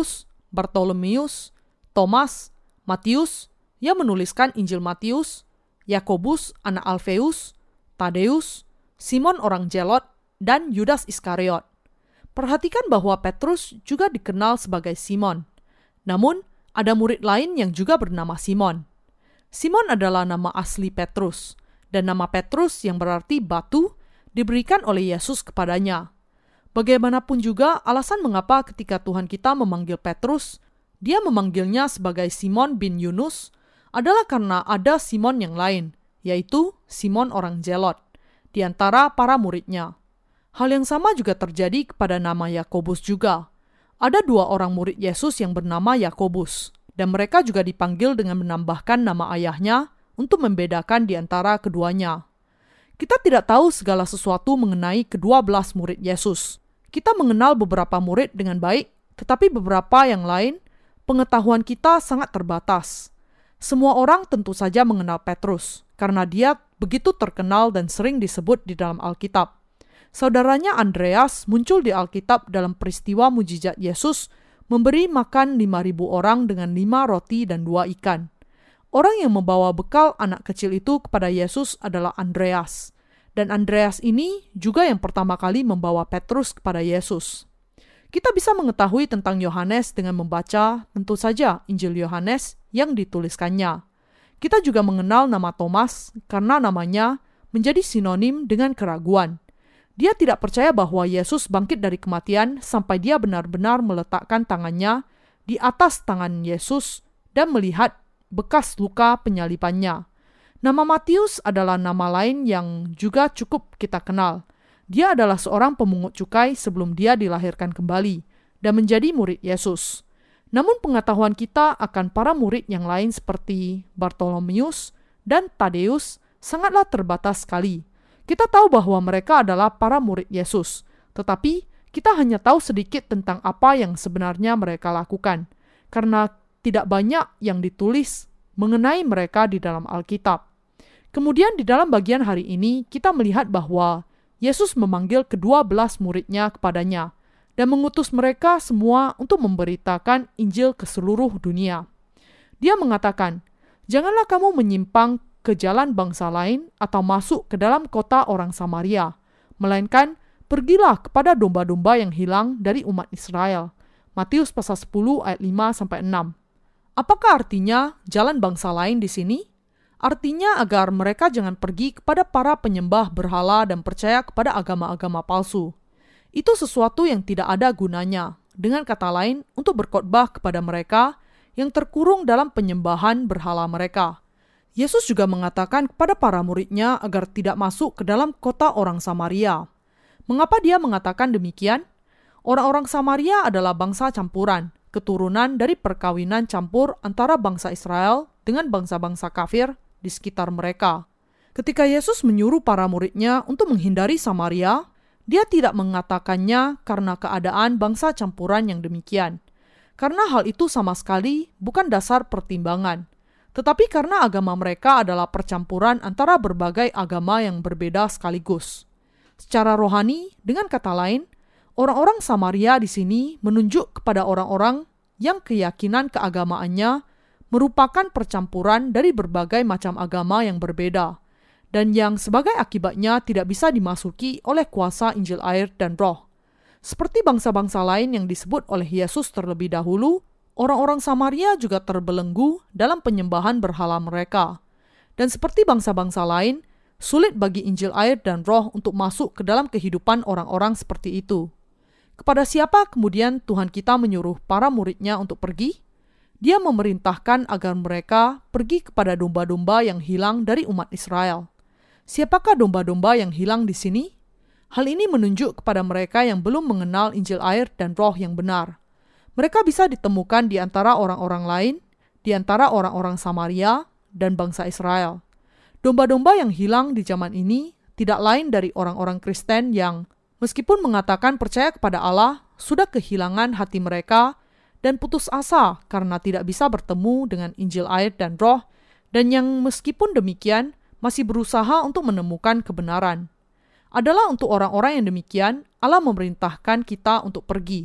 Bartolomeus, Thomas, Matius yang menuliskan Injil Matius, Yakobus anak Alfeus, Tadeus, Simon orang Zelot, dan Yudas Iskariot. Perhatikan bahwa Petrus juga dikenal sebagai Simon. Namun, ada murid lain yang juga bernama Simon. Simon adalah nama asli Petrus, dan nama Petrus yang berarti batu diberikan oleh Yesus kepadanya. Bagaimanapun juga alasan mengapa ketika Tuhan kita memanggil Petrus, dia memanggilnya sebagai Simon bin Yunus adalah karena ada Simon yang lain, yaitu Simon orang Zelot, di antara para muridnya. Hal yang sama juga terjadi kepada nama Yakobus juga. Ada dua orang murid Yesus yang bernama Yakobus, dan mereka juga dipanggil dengan menambahkan nama ayahnya untuk membedakan di antara keduanya. Kita tidak tahu segala sesuatu mengenai kedua belas murid Yesus. Kita mengenal beberapa murid dengan baik, tetapi beberapa yang lain, pengetahuan kita sangat terbatas. Semua orang tentu saja mengenal Petrus, karena dia begitu terkenal dan sering disebut di dalam Alkitab. Saudaranya Andreas muncul di Alkitab dalam peristiwa mujizat Yesus memberi makan lima ribu orang dengan lima roti dan dua ikan. Orang yang membawa bekal anak kecil itu kepada Yesus adalah Andreas. Dan Andreas ini juga yang pertama kali membawa Petrus kepada Yesus. Kita bisa mengetahui tentang Yohanes dengan membaca tentu saja Injil Yohanes yang dituliskannya. Kita juga mengenal nama Thomas karena namanya menjadi sinonim dengan keraguan. Dia tidak percaya bahwa Yesus bangkit dari kematian sampai dia benar-benar meletakkan tangannya di atas tangan Yesus dan melihat bekas luka penyalibannya. Nama Matius adalah nama lain yang juga cukup kita kenal. Dia adalah seorang pemungut cukai sebelum dia dilahirkan kembali dan menjadi murid Yesus. Namun pengetahuan kita akan para murid yang lain seperti Bartolomeus dan Tadeus sangatlah terbatas sekali. Kita tahu bahwa mereka adalah para murid Yesus, tetapi kita hanya tahu sedikit tentang apa yang sebenarnya mereka lakukan, karena tidak banyak yang ditulis mengenai mereka di dalam Alkitab. Kemudian di dalam bagian hari ini kita melihat bahwa Yesus memanggil kedua belas muridnya kepadanya dan mengutus mereka semua untuk memberitakan Injil ke seluruh dunia. Dia mengatakan, "Janganlah kamu menyimpang ke jalan bangsa lain atau masuk ke dalam kota orang Samaria, melainkan pergilah kepada domba-domba yang hilang dari umat Israel." Matius pasal sepuluh ayat lima sampai enam. Apakah artinya jalan bangsa lain di sini? Artinya agar mereka jangan pergi kepada para penyembah berhala dan percaya kepada agama-agama palsu. Itu sesuatu yang tidak ada gunanya. Dengan kata lain, untuk berkhotbah kepada mereka yang terkurung dalam penyembahan berhala mereka. Yesus juga mengatakan kepada para muridnya agar tidak masuk ke dalam kota orang Samaria. Mengapa dia mengatakan demikian? Orang-orang Samaria adalah bangsa campuran, keturunan dari perkawinan campur antara bangsa Israel dengan bangsa-bangsa kafir di sekitar mereka. Ketika Yesus menyuruh para muridnya untuk menghindari Samaria, dia tidak mengatakannya karena keadaan bangsa campuran yang demikian. Karena hal itu sama sekali bukan dasar pertimbangan, tetapi karena agama mereka adalah percampuran antara berbagai agama yang berbeda sekaligus. Secara rohani, dengan kata lain, orang-orang Samaria di sini menunjuk kepada orang-orang yang keyakinan keagamaannya merupakan percampuran dari berbagai macam agama yang berbeda, dan yang sebagai akibatnya tidak bisa dimasuki oleh kuasa Injil air dan Roh. Seperti bangsa-bangsa lain yang disebut oleh Yesus terlebih dahulu, orang-orang Samaria juga terbelenggu dalam penyembahan berhala mereka. Dan seperti bangsa-bangsa lain, sulit bagi Injil air dan Roh untuk masuk ke dalam kehidupan orang-orang seperti itu. Kepada siapa kemudian Tuhan kita menyuruh para muridnya untuk pergi? Dia memerintahkan agar mereka pergi kepada domba-domba yang hilang dari umat Israel. Siapakah domba-domba yang hilang di sini? Hal ini menunjuk kepada mereka yang belum mengenal Injil air dan Roh yang benar. Mereka bisa ditemukan di antara orang-orang lain, di antara orang-orang Samaria dan bangsa Israel. Domba-domba yang hilang di zaman ini tidak lain dari orang-orang Kristen yang, meskipun mengatakan percaya kepada Allah, sudah kehilangan hati mereka dan putus asa karena tidak bisa bertemu dengan Injil air dan Roh, dan yang meskipun demikian masih berusaha untuk menemukan kebenaran. Adalah untuk orang-orang yang demikian, Allah memerintahkan kita untuk pergi.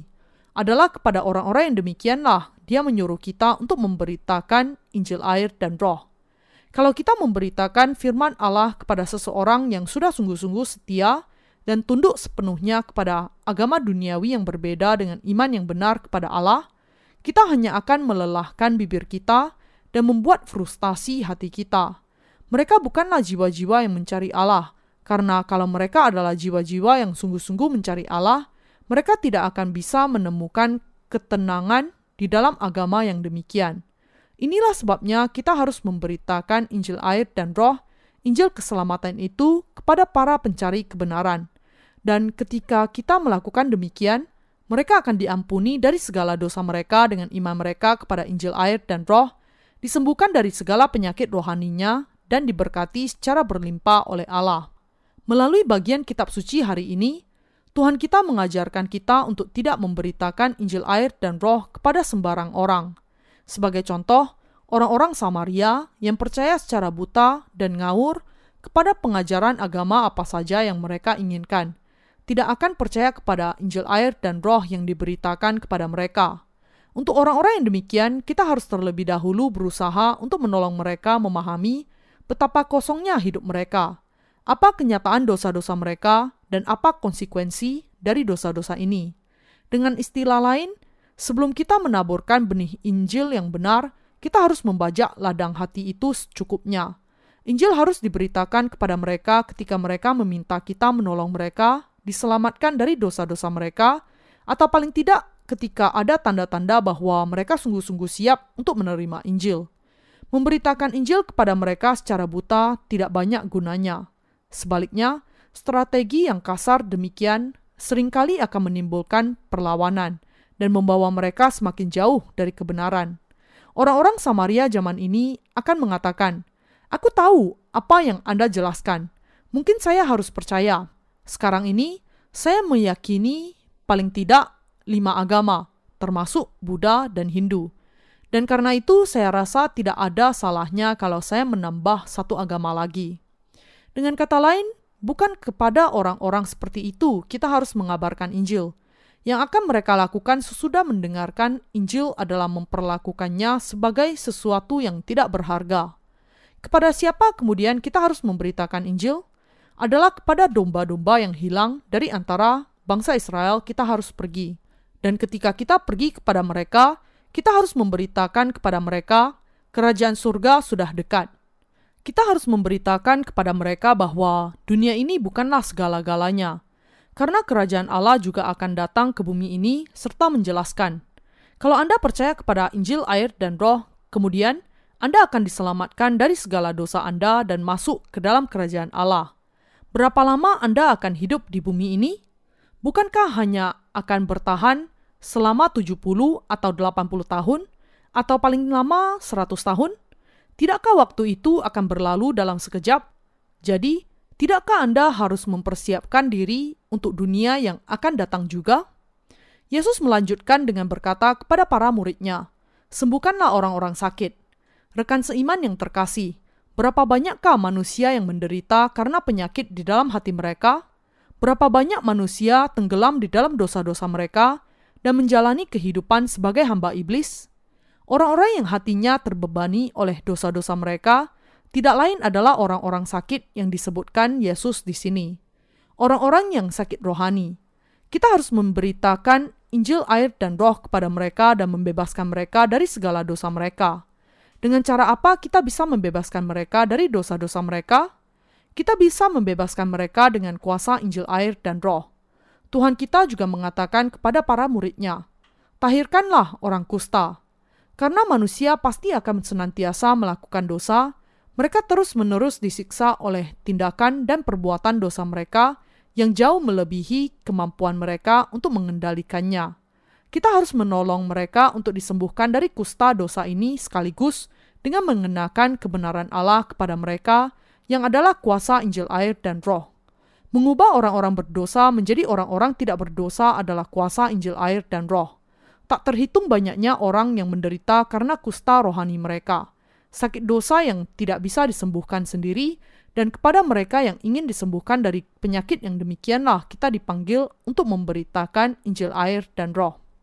adalah kepada orang-orang yang demikianlah dia menyuruh kita untuk memberitakan Injil air dan Roh. Kalau kita memberitakan firman Allah kepada seseorang yang sudah sungguh-sungguh setia dan tunduk sepenuhnya kepada agama duniawi yang berbeda dengan iman yang benar kepada Allah, kita hanya akan melelahkan bibir kita dan membuat frustasi hati kita. Mereka bukanlah jiwa-jiwa yang mencari Allah, karena kalau mereka adalah jiwa-jiwa yang sungguh-sungguh mencari Allah, mereka tidak akan bisa menemukan ketenangan di dalam agama yang demikian. Inilah sebabnya kita harus memberitakan Injil air dan Roh, Injil keselamatan itu kepada para pencari kebenaran. Dan ketika kita melakukan demikian, mereka akan diampuni dari segala dosa mereka dengan iman mereka kepada Injil air dan Roh, disembuhkan dari segala penyakit rohaninya, dan diberkati secara berlimpah oleh Allah. Melalui bagian kitab suci hari ini, Tuhan kita mengajarkan kita untuk tidak memberitakan Injil air dan Roh kepada sembarang orang. Sebagai contoh, orang-orang Samaria yang percaya secara buta dan ngawur kepada pengajaran agama apa saja yang mereka inginkan, tidak akan percaya kepada Injil air dan Roh yang diberitakan kepada mereka. Untuk orang-orang yang demikian, kita harus terlebih dahulu berusaha untuk menolong mereka memahami betapa kosongnya hidup mereka, apa kenyataan dosa-dosa mereka, dan apa konsekuensi dari dosa-dosa ini. Dengan istilah lain, sebelum kita menaburkan benih Injil yang benar, kita harus membajak ladang hati itu secukupnya. Injil harus diberitakan kepada mereka ketika mereka meminta kita menolong mereka diselamatkan dari dosa-dosa mereka, atau paling tidak ketika ada tanda-tanda bahwa mereka sungguh-sungguh siap untuk menerima Injil. Memberitakan Injil kepada mereka secara buta tidak banyak gunanya. Sebaliknya, strategi yang kasar demikian seringkali akan menimbulkan perlawanan dan membawa mereka semakin jauh dari kebenaran. Orang-orang Samaria zaman ini akan mengatakan, "Aku tahu apa yang Anda jelaskan. Mungkin saya harus percaya. Sekarang ini, saya meyakini paling tidak lima agama, termasuk Buddha dan Hindu. Dan karena itu, saya rasa tidak ada salahnya kalau saya menambah satu agama lagi." Dengan kata lain, bukan kepada orang-orang seperti itu kita harus mengabarkan Injil. Yang akan mereka lakukan sesudah mendengarkan Injil adalah memperlakukannya sebagai sesuatu yang tidak berharga. Kepada siapa kemudian kita harus memberitakan Injil? Adalah kepada domba-domba yang hilang dari antara bangsa Israel kita harus pergi. Dan ketika kita pergi kepada mereka, kita harus memberitakan kepada mereka, kerajaan surga sudah dekat. Kita harus memberitakan kepada mereka bahwa dunia ini bukanlah segala-galanya, karena kerajaan Allah juga akan datang ke bumi ini serta menjelaskan. Kalau Anda percaya kepada Injil air dan Roh, kemudian Anda akan diselamatkan dari segala dosa Anda dan masuk ke dalam kerajaan Allah. Berapa lama Anda akan hidup di bumi ini? Bukankah hanya akan bertahan selama tujuh puluh atau delapan puluh tahun, atau paling lama seratus tahun? Tidakkah waktu itu akan berlalu dalam sekejap? Jadi, tidakkah Anda harus mempersiapkan diri untuk dunia yang akan datang juga? Yesus melanjutkan dengan berkata kepada para murid-Nya, "Sembuhkanlah orang-orang sakit." Rekan seiman yang terkasih, berapa banyakkah manusia yang menderita karena penyakit di dalam hati mereka? Berapa banyak manusia tenggelam di dalam dosa-dosa mereka dan menjalani kehidupan sebagai hamba iblis? Orang-orang yang hatinya terbebani oleh dosa-dosa mereka tidak lain adalah orang-orang sakit yang disebutkan Yesus di sini. Orang-orang yang sakit rohani. Kita harus memberitakan Injil air dan Roh kepada mereka dan membebaskan mereka dari segala dosa mereka. Dengan cara apa kita bisa membebaskan mereka dari dosa-dosa mereka? Kita bisa membebaskan mereka dengan kuasa Injil air dan Roh. Tuhan kita juga mengatakan kepada para murid-Nya, "Tahirkanlah orang kusta." Karena manusia pasti akan senantiasa melakukan dosa, mereka terus-menerus disiksa oleh tindakan dan perbuatan dosa mereka yang jauh melebihi kemampuan mereka untuk mengendalikannya. Kita harus menolong mereka untuk disembuhkan dari kusta dosa ini sekaligus dengan mengenakan kebenaran Allah kepada mereka yang adalah kuasa Injil air dan Roh. Mengubah orang-orang berdosa menjadi orang-orang tidak berdosa adalah kuasa Injil air dan Roh. Tak terhitung banyaknya orang yang menderita karena kusta rohani mereka, sakit dosa yang tidak bisa disembuhkan sendiri, dan kepada mereka yang ingin disembuhkan dari penyakit yang demikianlah kita dipanggil untuk memberitakan Injil air dan Roh.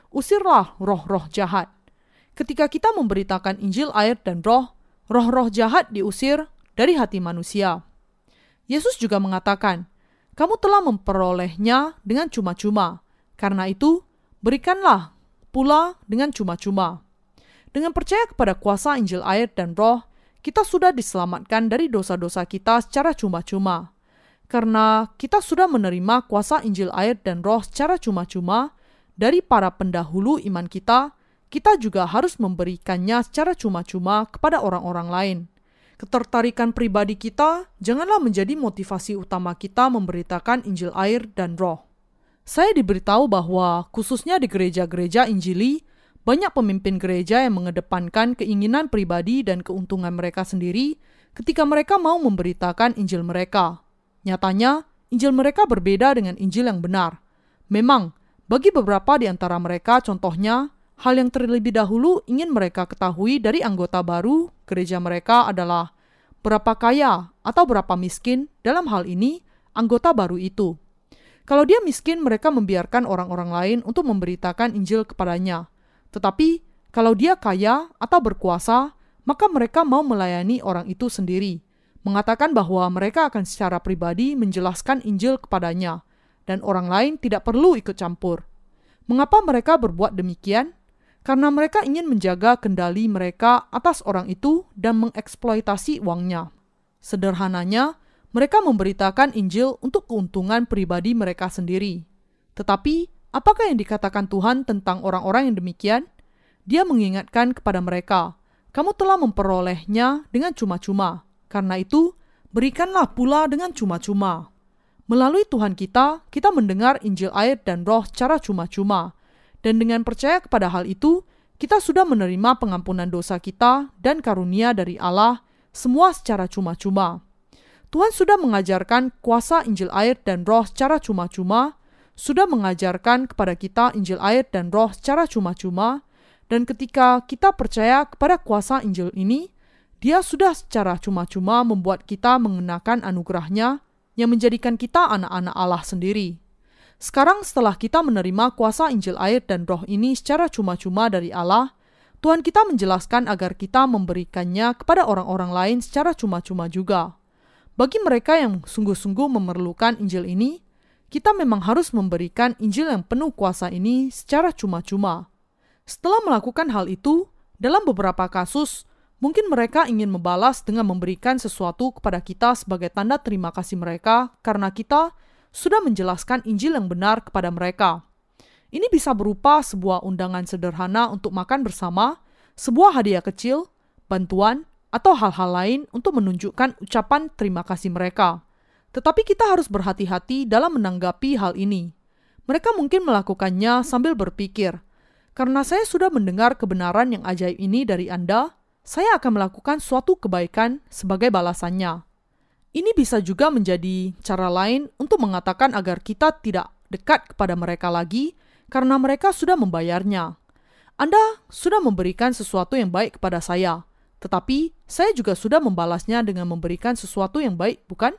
usirlah roh-roh jahat. Ketika kita memberitakan Injil air dan roh, roh-roh jahat diusir dari hati manusia. Yesus juga mengatakan, kamu telah memperolehnya dengan cuma-cuma. Karena itu, berikanlah pula dengan cuma-cuma. Dengan percaya kepada kuasa Injil air dan roh, kita sudah diselamatkan dari dosa-dosa kita secara cuma-cuma. Karena kita sudah menerima kuasa Injil air dan roh secara cuma-cuma dari para pendahulu iman kita, kita juga harus memberikannya secara cuma-cuma kepada orang-orang lain. Ketertarikan pribadi kita janganlah menjadi motivasi utama kita memberitakan Injil air dan roh. Saya diberitahu bahwa khususnya di gereja-gereja Injili, banyak pemimpin gereja yang mengedepankan keinginan pribadi dan keuntungan mereka sendiri ketika mereka mau memberitakan Injil mereka. Nyatanya, Injil mereka berbeda dengan Injil yang benar. Memang, bagi beberapa di antara mereka, contohnya, hal yang terlebih dahulu ingin mereka ketahui dari anggota baru gereja mereka adalah berapa kaya atau berapa miskin dalam hal ini anggota baru itu. Kalau dia miskin, mereka membiarkan orang-orang lain untuk memberitakan Injil kepadanya. Tetapi, kalau dia kaya atau berkuasa, maka mereka mau melayani orang itu sendiri, mengatakan bahwa mereka akan secara pribadi menjelaskan Injil kepadanya, dan orang lain tidak perlu ikut campur. Mengapa mereka berbuat demikian? Karena mereka ingin menjaga kendali mereka atas orang itu dan mengeksploitasi uangnya. Sederhananya, mereka memberitakan Injil untuk keuntungan pribadi mereka sendiri. Tetapi, apakah yang dikatakan Tuhan tentang orang-orang yang demikian? Dia mengingatkan kepada mereka, kamu telah memperolehnya dengan cuma-cuma. Karena itu, berikanlah pula dengan cuma-cuma. Melalui Tuhan kita, kita mendengar Injil air dan roh secara cuma-cuma. Dan dengan percaya kepada hal itu, kita sudah menerima pengampunan dosa kita dan karunia dari Allah, semua secara cuma-cuma. Tuhan sudah mengajarkan kuasa Injil air dan roh secara cuma-cuma, sudah mengajarkan kepada kita Injil air dan roh secara cuma-cuma, dan ketika kita percaya kepada kuasa Injil ini, Dia sudah secara cuma-cuma membuat kita mengenakan anugerahnya yang menjadikan kita anak-anak Allah sendiri. Sekarang setelah kita menerima kuasa Injil air dan roh ini secara cuma-cuma dari Allah, Tuhan kita menjelaskan agar kita memberikannya kepada orang-orang lain secara cuma-cuma juga. Bagi mereka yang sungguh-sungguh memerlukan Injil ini, kita memang harus memberikan Injil yang penuh kuasa ini secara cuma-cuma. Setelah melakukan hal itu, dalam beberapa kasus, mungkin mereka ingin membalas dengan memberikan sesuatu kepada kita sebagai tanda terima kasih mereka karena kita sudah menjelaskan Injil yang benar kepada mereka. Ini bisa berupa sebuah undangan sederhana untuk makan bersama, sebuah hadiah kecil, bantuan, atau hal-hal lain untuk menunjukkan ucapan terima kasih mereka. Tetapi kita harus berhati-hati dalam menanggapi hal ini. Mereka mungkin melakukannya sambil berpikir, karena saya sudah mendengar kebenaran yang ajaib ini dari Anda, saya akan melakukan suatu kebaikan sebagai balasannya. Ini bisa juga menjadi cara lain untuk mengatakan agar kita tidak dekat kepada mereka lagi karena mereka sudah membayarnya. Anda sudah memberikan sesuatu yang baik kepada saya, tetapi saya juga sudah membalasnya dengan memberikan sesuatu yang baik, bukan?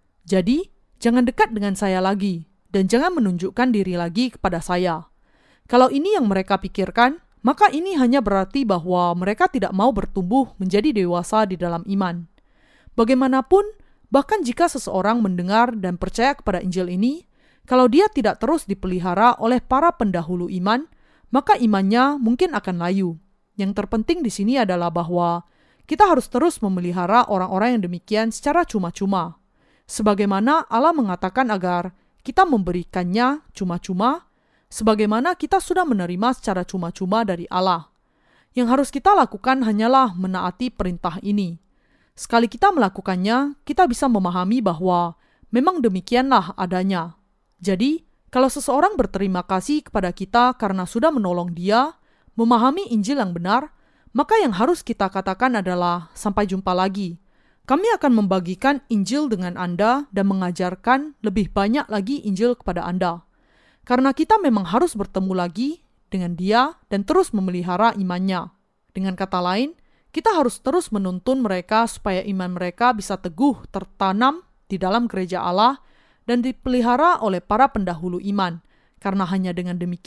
Jadi, jangan dekat dengan saya lagi, dan jangan menunjukkan diri lagi kepada saya. Kalau ini yang mereka pikirkan, maka ini hanya berarti bahwa mereka tidak mau bertumbuh menjadi dewasa di dalam iman. Bagaimanapun, bahkan jika seseorang mendengar dan percaya kepada Injil ini, kalau dia tidak terus dipelihara oleh para pendahulu iman, maka imannya mungkin akan layu. Yang terpenting di sini adalah bahwa kita harus terus memelihara orang-orang yang demikian secara cuma-cuma. Sebagaimana Allah mengatakan agar kita memberikannya cuma-cuma, sebagaimana kita sudah menerima secara cuma-cuma dari Allah. Yang harus kita lakukan hanyalah menaati perintah ini. Sekali kita melakukannya, kita bisa memahami bahwa memang demikianlah adanya. Jadi, kalau seseorang berterima kasih kepada kita karena sudah menolong dia, memahami Injil yang benar, maka yang harus kita katakan adalah sampai jumpa lagi. Kami akan membagikan Injil dengan Anda dan mengajarkan lebih banyak lagi Injil kepada Anda. Karena kita memang harus bertemu lagi dengan dia dan terus memelihara imannya. Dengan kata lain, kita harus terus menuntun mereka supaya iman mereka bisa teguh tertanam di dalam gereja Allah dan dipelihara oleh para pendahulu iman. Karena hanya dengan demikian,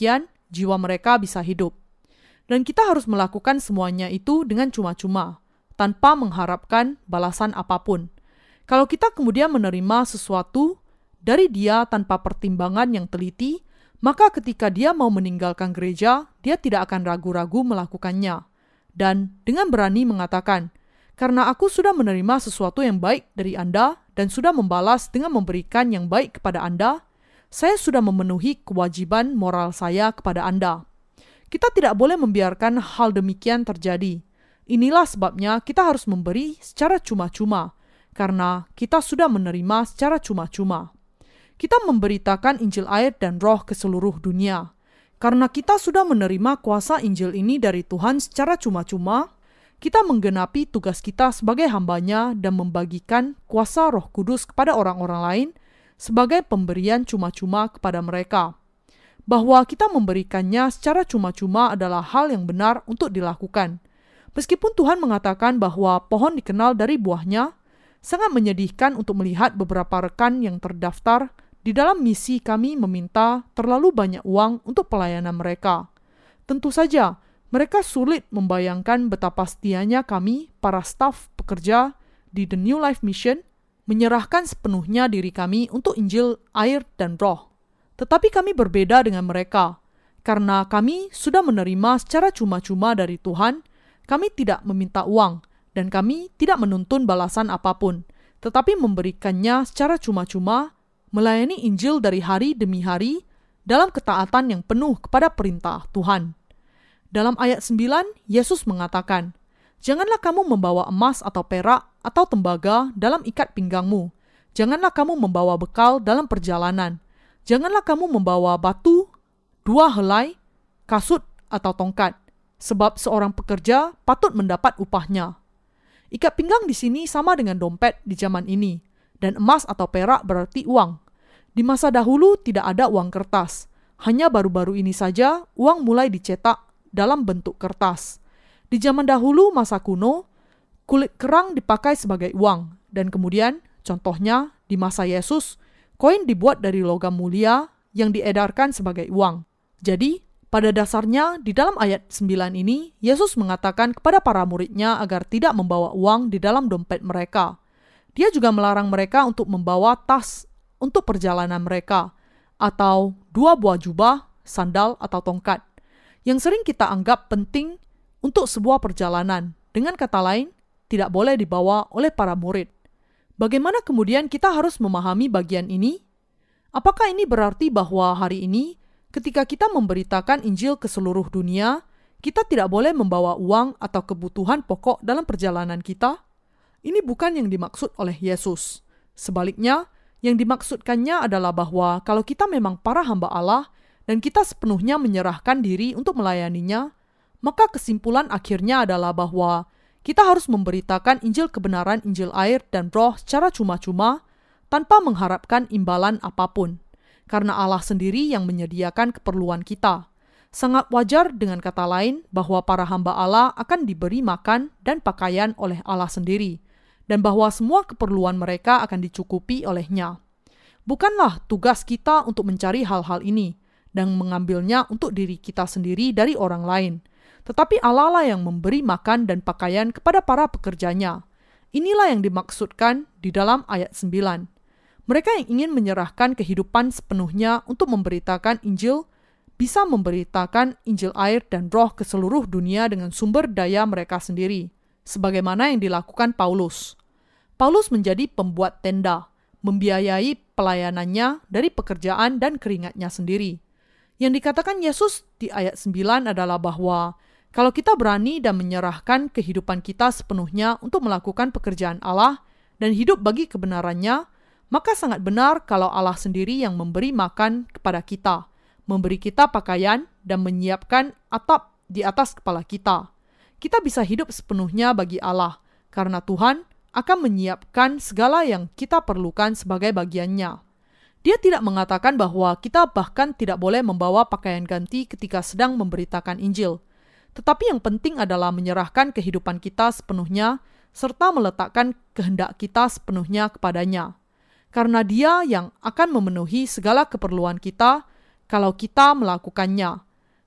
jiwa mereka bisa hidup. Dan kita harus melakukan semuanya itu dengan cuma-cuma, tanpa mengharapkan balasan apapun. Kalau kita kemudian menerima sesuatu dari Dia tanpa pertimbangan yang teliti, maka ketika Dia mau meninggalkan gereja, Dia tidak akan ragu-ragu melakukannya. Dan dengan berani mengatakan, "Karena aku sudah menerima sesuatu yang baik dari Anda dan sudah membalas dengan memberikan yang baik kepada Anda, saya sudah memenuhi kewajiban moral saya kepada Anda." Kita tidak boleh membiarkan hal demikian terjadi. Inilah sebabnya kita harus memberi secara cuma-cuma, karena kita sudah menerima secara cuma-cuma. Kita memberitakan Injil air dan Roh ke seluruh dunia. Karena kita sudah menerima kuasa Injil ini dari Tuhan secara cuma-cuma, kita menggenapi tugas kita sebagai hambanya dan membagikan kuasa Roh Kudus kepada orang-orang lain sebagai pemberian cuma-cuma kepada mereka. Bahwa kita memberikannya secara cuma-cuma adalah hal yang benar untuk dilakukan. Meskipun Tuhan mengatakan bahwa pohon dikenal dari buahnya, sangat menyedihkan untuk melihat beberapa rekan yang terdaftar di dalam misi kami meminta terlalu banyak uang untuk pelayanan mereka. Tentu saja, mereka sulit membayangkan betapa setianya kami, para staf pekerja di The New Life Mission, menyerahkan sepenuhnya diri kami untuk Injil air dan Roh. Tetapi kami berbeda dengan mereka. Karena kami sudah menerima secara cuma-cuma dari Tuhan, kami tidak meminta uang, dan kami tidak menuntun balasan apapun, tetapi memberikannya secara cuma-cuma, melayani Injil dari hari demi hari, dalam ketaatan yang penuh kepada perintah Tuhan. Dalam ayat sembilan, Yesus mengatakan, "Janganlah kamu membawa emas atau perak atau tembaga dalam ikat pinggangmu. Janganlah kamu membawa bekal dalam perjalanan. Janganlah kamu membawa batu, dua helai, kasut, atau tongkat, sebab seorang pekerja patut mendapat upahnya." Ikat pinggang di sini sama dengan dompet di zaman ini, dan emas atau perak berarti uang. Di masa dahulu tidak ada uang kertas, hanya baru-baru ini saja uang mulai dicetak dalam bentuk kertas. Di zaman dahulu masa kuno, kulit kerang dipakai sebagai uang, dan kemudian, contohnya di masa Yesus, koin dibuat dari logam mulia yang diedarkan sebagai uang. Jadi, pada dasarnya di dalam ayat sembilan ini, Yesus mengatakan kepada para muridnya agar tidak membawa uang di dalam dompet mereka. Dia juga melarang mereka untuk membawa tas untuk perjalanan mereka, atau dua buah jubah, sandal, atau tongkat, yang sering kita anggap penting untuk sebuah perjalanan. Dengan kata lain, tidak boleh dibawa oleh para murid. Bagaimana kemudian kita harus memahami bagian ini? Apakah ini berarti bahwa hari ini, ketika kita memberitakan Injil ke seluruh dunia, kita tidak boleh membawa uang atau kebutuhan pokok dalam perjalanan kita? Ini bukan yang dimaksud oleh Yesus. Sebaliknya, yang dimaksudkannya adalah bahwa kalau kita memang para hamba Allah dan kita sepenuhnya menyerahkan diri untuk melayaninya, maka kesimpulan akhirnya adalah bahwa kita harus memberitakan Injil kebenaran Injil air dan Roh secara cuma-cuma tanpa mengharapkan imbalan apapun. Karena Allah sendiri yang menyediakan keperluan kita. Sangat wajar dengan kata lain bahwa para hamba Allah akan diberi makan dan pakaian oleh Allah sendiri, dan bahwa semua keperluan mereka akan dicukupi olehnya. Bukanlah tugas kita untuk mencari hal-hal ini dan mengambilnya untuk diri kita sendiri dari orang lain, tetapi Allah lah yang memberi makan dan pakaian kepada para pekerjanya. Inilah yang dimaksudkan di dalam ayat sembilan. Mereka yang ingin menyerahkan kehidupan sepenuhnya untuk memberitakan Injil, bisa memberitakan Injil air dan Roh ke seluruh dunia dengan sumber daya mereka sendiri, sebagaimana yang dilakukan Paulus. Paulus menjadi pembuat tenda, membiayai pelayanannya dari pekerjaan dan keringatnya sendiri. Yang dikatakan Yesus di ayat sembilan adalah bahwa kalau kita berani dan menyerahkan kehidupan kita sepenuhnya untuk melakukan pekerjaan Allah dan hidup bagi kebenarannya, maka sangat benar kalau Allah sendiri yang memberi makan kepada kita, memberi kita pakaian dan menyiapkan atap di atas kepala kita. Kita bisa hidup sepenuhnya bagi Allah, karena Tuhan akan menyiapkan segala yang kita perlukan sebagai bagiannya. Dia tidak mengatakan bahwa kita bahkan tidak boleh membawa pakaian ganti ketika sedang memberitakan Injil. Tetapi yang penting adalah menyerahkan kehidupan kita sepenuhnya serta meletakkan kehendak kita sepenuhnya kepadanya. Karena Dia yang akan memenuhi segala keperluan kita kalau kita melakukannya.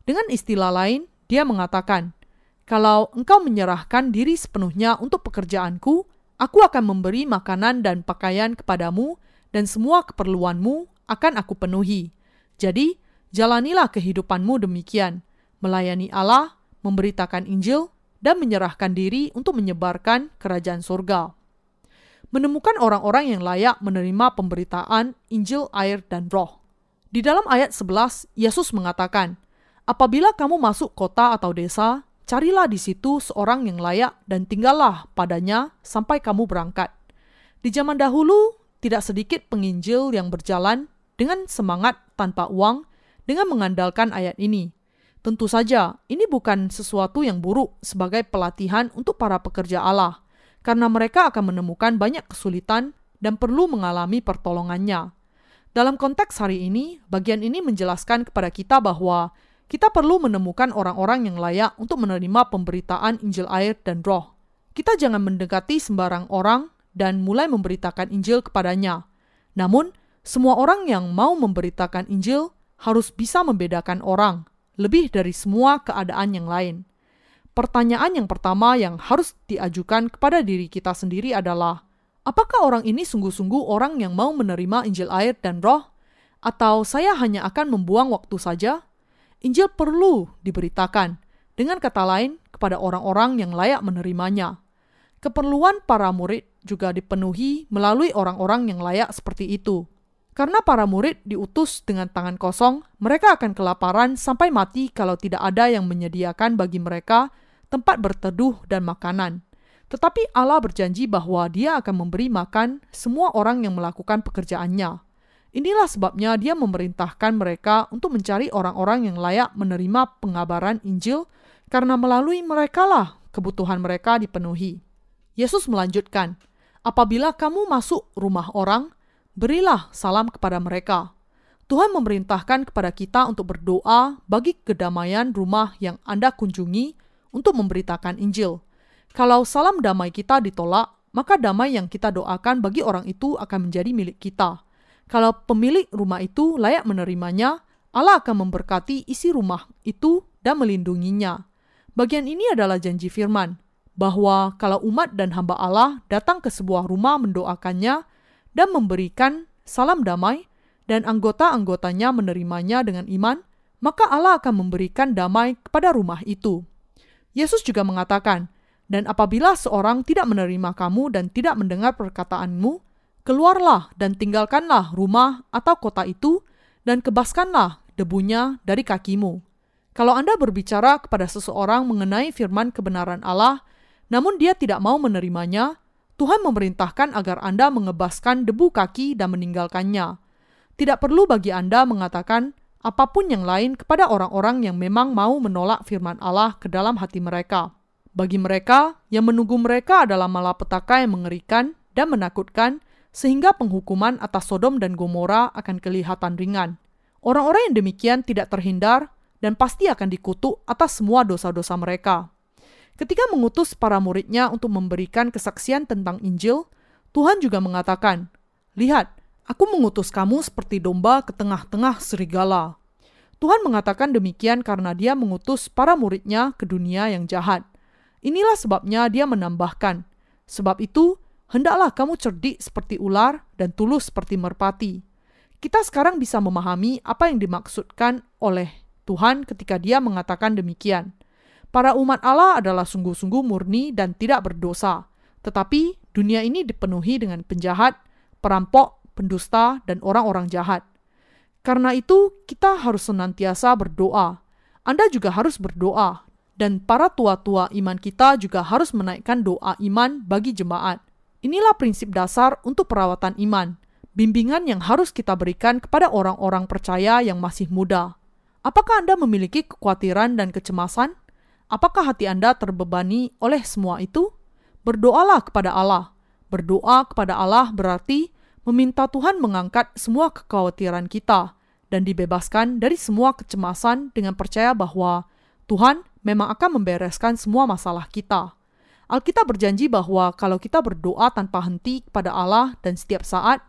Dengan istilah lain, dia mengatakan, "Kalau engkau menyerahkan diri sepenuhnya untuk pekerjaanku, aku akan memberi makanan dan pakaian kepadamu, dan semua keperluanmu akan aku penuhi. Jadi, jalanilah kehidupanmu demikian, melayani Allah, memberitakan Injil, dan menyerahkan diri untuk menyebarkan kerajaan surga." Menemukan orang-orang yang layak menerima pemberitaan Injil, air, dan Roh. Di dalam ayat sebelas, Yesus mengatakan, "Apabila kamu masuk kota atau desa, carilah di situ seorang yang layak dan tinggallah padanya sampai kamu berangkat." Di zaman dahulu, tidak sedikit penginjil yang berjalan dengan semangat tanpa uang dengan mengandalkan ayat ini. Tentu saja, ini bukan sesuatu yang buruk sebagai pelatihan untuk para pekerja Allah, karena mereka akan menemukan banyak kesulitan dan perlu mengalami pertolongannya. Dalam konteks hari ini, bagian ini menjelaskan kepada kita bahwa kita perlu menemukan orang-orang yang layak untuk menerima pemberitaan Injil, air, dan Roh. Kita jangan mendekati sembarang orang dan mulai memberitakan Injil kepadanya. Namun, semua orang yang mau memberitakan Injil harus bisa membedakan orang, lebih dari semua keadaan yang lain. Pertanyaan yang pertama yang harus diajukan kepada diri kita sendiri adalah, apakah orang ini sungguh-sungguh orang yang mau menerima Injil, air, dan Roh? Atau saya hanya akan membuang waktu saja? Injil perlu diberitakan, dengan kata lain, kepada orang-orang yang layak menerimanya. Keperluan para murid juga dipenuhi melalui orang-orang yang layak seperti itu. Karena para murid diutus dengan tangan kosong, mereka akan kelaparan sampai mati kalau tidak ada yang menyediakan bagi mereka tempat berteduh dan makanan. Tetapi Allah berjanji bahwa Dia akan memberi makan semua orang yang melakukan pekerjaannya. Inilah sebabnya Dia memerintahkan mereka untuk mencari orang-orang yang layak menerima pengabaran Injil, karena melalui merekalah kebutuhan mereka dipenuhi. Yesus melanjutkan, "Apabila kamu masuk rumah orang, berilah salam kepada mereka." Tuhan memerintahkan kepada kita untuk berdoa bagi kedamaian rumah yang Anda kunjungi untuk memberitakan Injil. Kalau salam damai kita ditolak, maka damai yang kita doakan bagi orang itu akan menjadi milik kita. Kalau pemilik rumah itu layak menerimanya, Allah akan memberkati isi rumah itu dan melindunginya. Bagian ini adalah janji firman, bahwa kalau umat dan hamba Allah datang ke sebuah rumah mendoakannya dan memberikan salam damai, dan anggota-anggotanya menerimanya dengan iman, maka Allah akan memberikan damai kepada rumah itu. Yesus juga mengatakan, "Dan apabila seorang tidak menerima kamu dan tidak mendengar perkataanmu, keluarlah dan tinggalkanlah rumah atau kota itu, dan kebaskanlah debunya dari kakimu." Kalau Anda berbicara kepada seseorang mengenai firman kebenaran Allah, namun dia tidak mau menerimanya, Tuhan memerintahkan agar Anda mengebaskan debu kaki dan meninggalkannya. Tidak perlu bagi Anda mengatakan apapun yang lain kepada orang-orang yang memang mau menolak firman Allah ke dalam hati mereka. Bagi mereka, yang menunggu mereka adalah malapetaka yang mengerikan dan menakutkan, sehingga penghukuman atas Sodom dan Gomora akan kelihatan ringan. Orang-orang yang demikian tidak terhindar dan pasti akan dikutuk atas semua dosa-dosa mereka. Ketika mengutus para muridnya untuk memberikan kesaksian tentang Injil, Tuhan juga mengatakan, "Lihat, aku mengutus kamu seperti domba ke tengah-tengah serigala." Tuhan mengatakan demikian karena Dia mengutus para muridnya ke dunia yang jahat. Inilah sebabnya Dia menambahkan, "Sebab itu, hendaklah kamu cerdik seperti ular dan tulus seperti merpati." Kita sekarang bisa memahami apa yang dimaksudkan oleh Tuhan ketika Dia mengatakan demikian. Para umat Allah adalah sungguh-sungguh murni dan tidak berdosa, tetapi dunia ini dipenuhi dengan penjahat, perampok, pendusta, dan orang-orang jahat. Karena itu, kita harus senantiasa berdoa. Anda juga harus berdoa, dan para tua-tua iman kita juga harus menaikkan doa iman bagi jemaat. Inilah prinsip dasar untuk perawatan iman, bimbingan yang harus kita berikan kepada orang-orang percaya yang masih muda. Apakah Anda memiliki kekhawatiran dan kecemasan? Apakah hati Anda terbebani oleh semua itu? Berdoalah kepada Allah. Berdoa kepada Allah berarti meminta Tuhan mengangkat semua kekhawatiran kita dan dibebaskan dari semua kecemasan dengan percaya bahwa Tuhan memang akan membereskan semua masalah kita. Alkitab berjanji bahwa kalau kita berdoa tanpa henti kepada Allah dan setiap saat,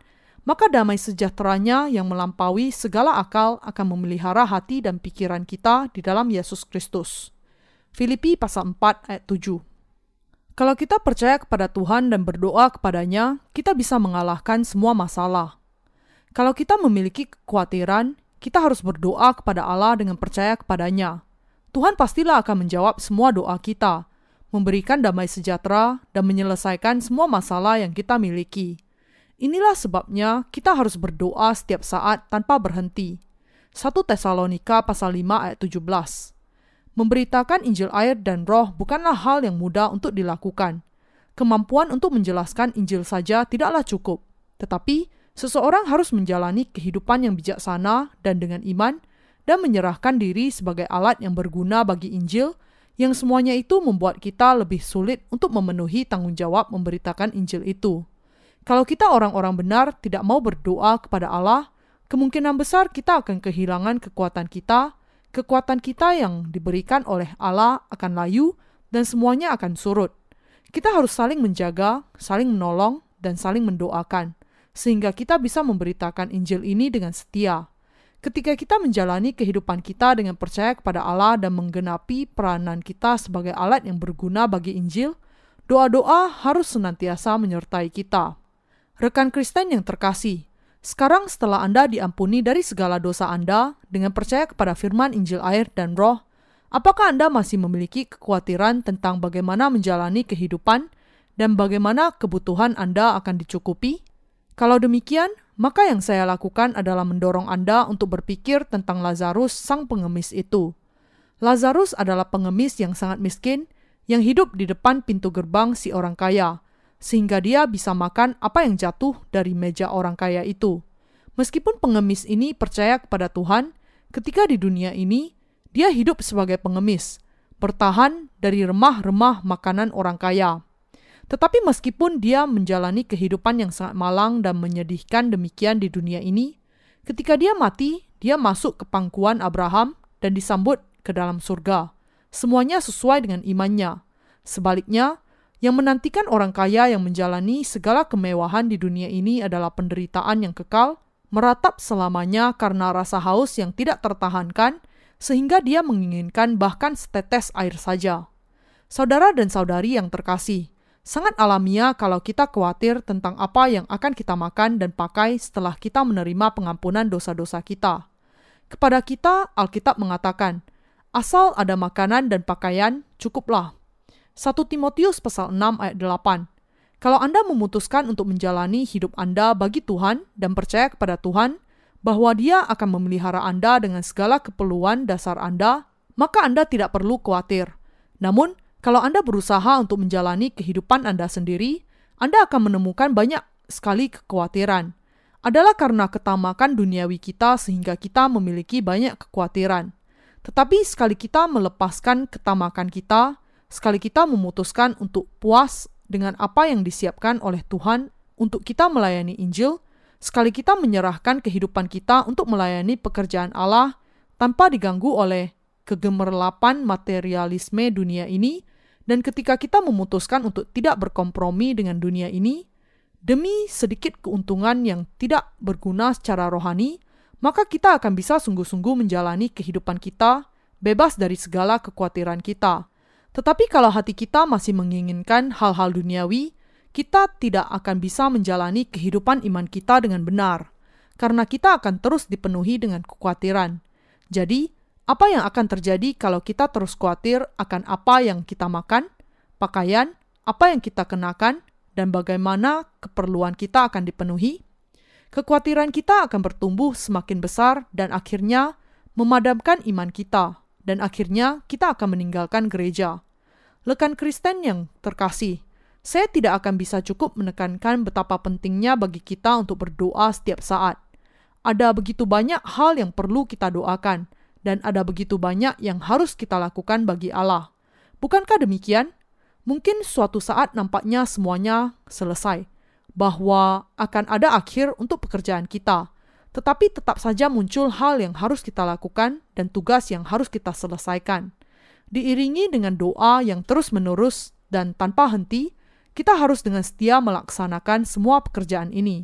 maka damai sejahteranya yang melampaui segala akal akan memelihara hati dan pikiran kita di dalam Yesus Kristus. Filipi pasal empat ayat tujuh. Kalau kita percaya kepada Tuhan dan berdoa kepadanya, kita bisa mengalahkan semua masalah. Kalau kita memiliki kekhawatiran, kita harus berdoa kepada Allah dengan percaya kepadanya. Tuhan pastilah akan menjawab semua doa kita, memberikan damai sejahtera dan menyelesaikan semua masalah yang kita miliki. Inilah sebabnya kita harus berdoa setiap saat tanpa berhenti. satu Tesalonika pasal lima ayat tujuh belas. Memberitakan Injil air dan Roh bukanlah hal yang mudah untuk dilakukan. Kemampuan untuk menjelaskan Injil saja tidaklah cukup, tetapi seseorang harus menjalani kehidupan yang bijaksana dan dengan iman dan menyerahkan diri sebagai alat yang berguna bagi Injil, yang semuanya itu membuat kita lebih sulit untuk memenuhi tanggung jawab memberitakan Injil itu. Kalau kita orang-orang benar tidak mau berdoa kepada Allah, kemungkinan besar kita akan kehilangan kekuatan kita. Kekuatan kita yang diberikan oleh Allah akan layu dan semuanya akan surut. Kita harus saling menjaga, saling menolong, dan saling mendoakan, sehingga kita bisa memberitakan Injil ini dengan setia. Ketika kita menjalani kehidupan kita dengan percaya kepada Allah dan menggenapi peranan kita sebagai alat yang berguna bagi Injil, doa-doa harus senantiasa menyertai kita. Rekan Kristen yang terkasih, sekarang setelah Anda diampuni dari segala dosa Anda dengan percaya kepada firman Injil air dan Roh, apakah Anda masih memiliki kekhawatiran tentang bagaimana menjalani kehidupan dan bagaimana kebutuhan Anda akan dicukupi? Kalau demikian, maka yang saya lakukan adalah mendorong Anda untuk berpikir tentang Lazarus sang pengemis itu. Lazarus adalah pengemis yang sangat miskin yang hidup di depan pintu gerbang si orang kaya, sehingga dia bisa makan apa yang jatuh dari meja orang kaya itu. Meskipun pengemis ini percaya kepada Tuhan, ketika di dunia ini, dia hidup sebagai pengemis, bertahan dari remah-remah makanan orang kaya. Tetapi meskipun dia menjalani kehidupan yang sangat malang dan menyedihkan demikian di dunia ini, ketika dia mati, dia masuk ke pangkuan Abraham dan disambut ke dalam surga. Semuanya sesuai dengan imannya. Sebaliknya, yang menantikan orang kaya yang menjalani segala kemewahan di dunia ini adalah penderitaan yang kekal, meratap selamanya karena rasa haus yang tidak tertahankan, sehingga dia menginginkan bahkan setetes air saja. Saudara dan saudari yang terkasih, sangat alamiah kalau kita khawatir tentang apa yang akan kita makan dan pakai setelah kita menerima pengampunan dosa-dosa kita. Kepada kita, Alkitab mengatakan, asal ada makanan dan pakaian, cukuplah. satu Timotius pasal enam ayat delapan. Kalau Anda memutuskan untuk menjalani hidup Anda bagi Tuhan dan percaya kepada Tuhan bahwa Dia akan memelihara Anda dengan segala keperluan dasar Anda, maka Anda tidak perlu khawatir. Namun, kalau Anda berusaha untuk menjalani kehidupan Anda sendiri, Anda akan menemukan banyak sekali kekhawatiran. Adalah karena ketamakan duniawi kita sehingga kita memiliki banyak kekhawatiran. Tetapi sekali kita melepaskan ketamakan kita, sekali kita memutuskan untuk puas dengan apa yang disiapkan oleh Tuhan untuk kita melayani Injil, sekali kita menyerahkan kehidupan kita untuk melayani pekerjaan Allah tanpa diganggu oleh kegemerlapan materialisme dunia ini, dan ketika kita memutuskan untuk tidak berkompromi dengan dunia ini, demi sedikit keuntungan yang tidak berguna secara rohani, maka kita akan bisa sungguh-sungguh menjalani kehidupan kita bebas dari segala kekhawatiran kita. Tetapi kalau hati kita masih menginginkan hal-hal duniawi, kita tidak akan bisa menjalani kehidupan iman kita dengan benar, karena kita akan terus dipenuhi dengan kekhawatiran. Jadi, apa yang akan terjadi kalau kita terus khawatir akan apa yang kita makan, pakaian, apa yang kita kenakan, dan bagaimana keperluan kita akan dipenuhi? Kekhawatiran kita akan bertumbuh semakin besar dan akhirnya memadamkan iman kita, dan akhirnya kita akan meninggalkan gereja. Rekan Kristen yang terkasih, saya tidak akan bisa cukup menekankan betapa pentingnya bagi kita untuk berdoa setiap saat. Ada begitu banyak hal yang perlu kita doakan, dan ada begitu banyak yang harus kita lakukan bagi Allah. Bukankah demikian? Mungkin suatu saat nampaknya semuanya selesai, bahwa akan ada akhir untuk pekerjaan kita. Tetapi tetap saja muncul hal yang harus kita lakukan dan tugas yang harus kita selesaikan. Diiringi dengan doa yang terus-menerus dan tanpa henti, kita harus dengan setia melaksanakan semua pekerjaan ini.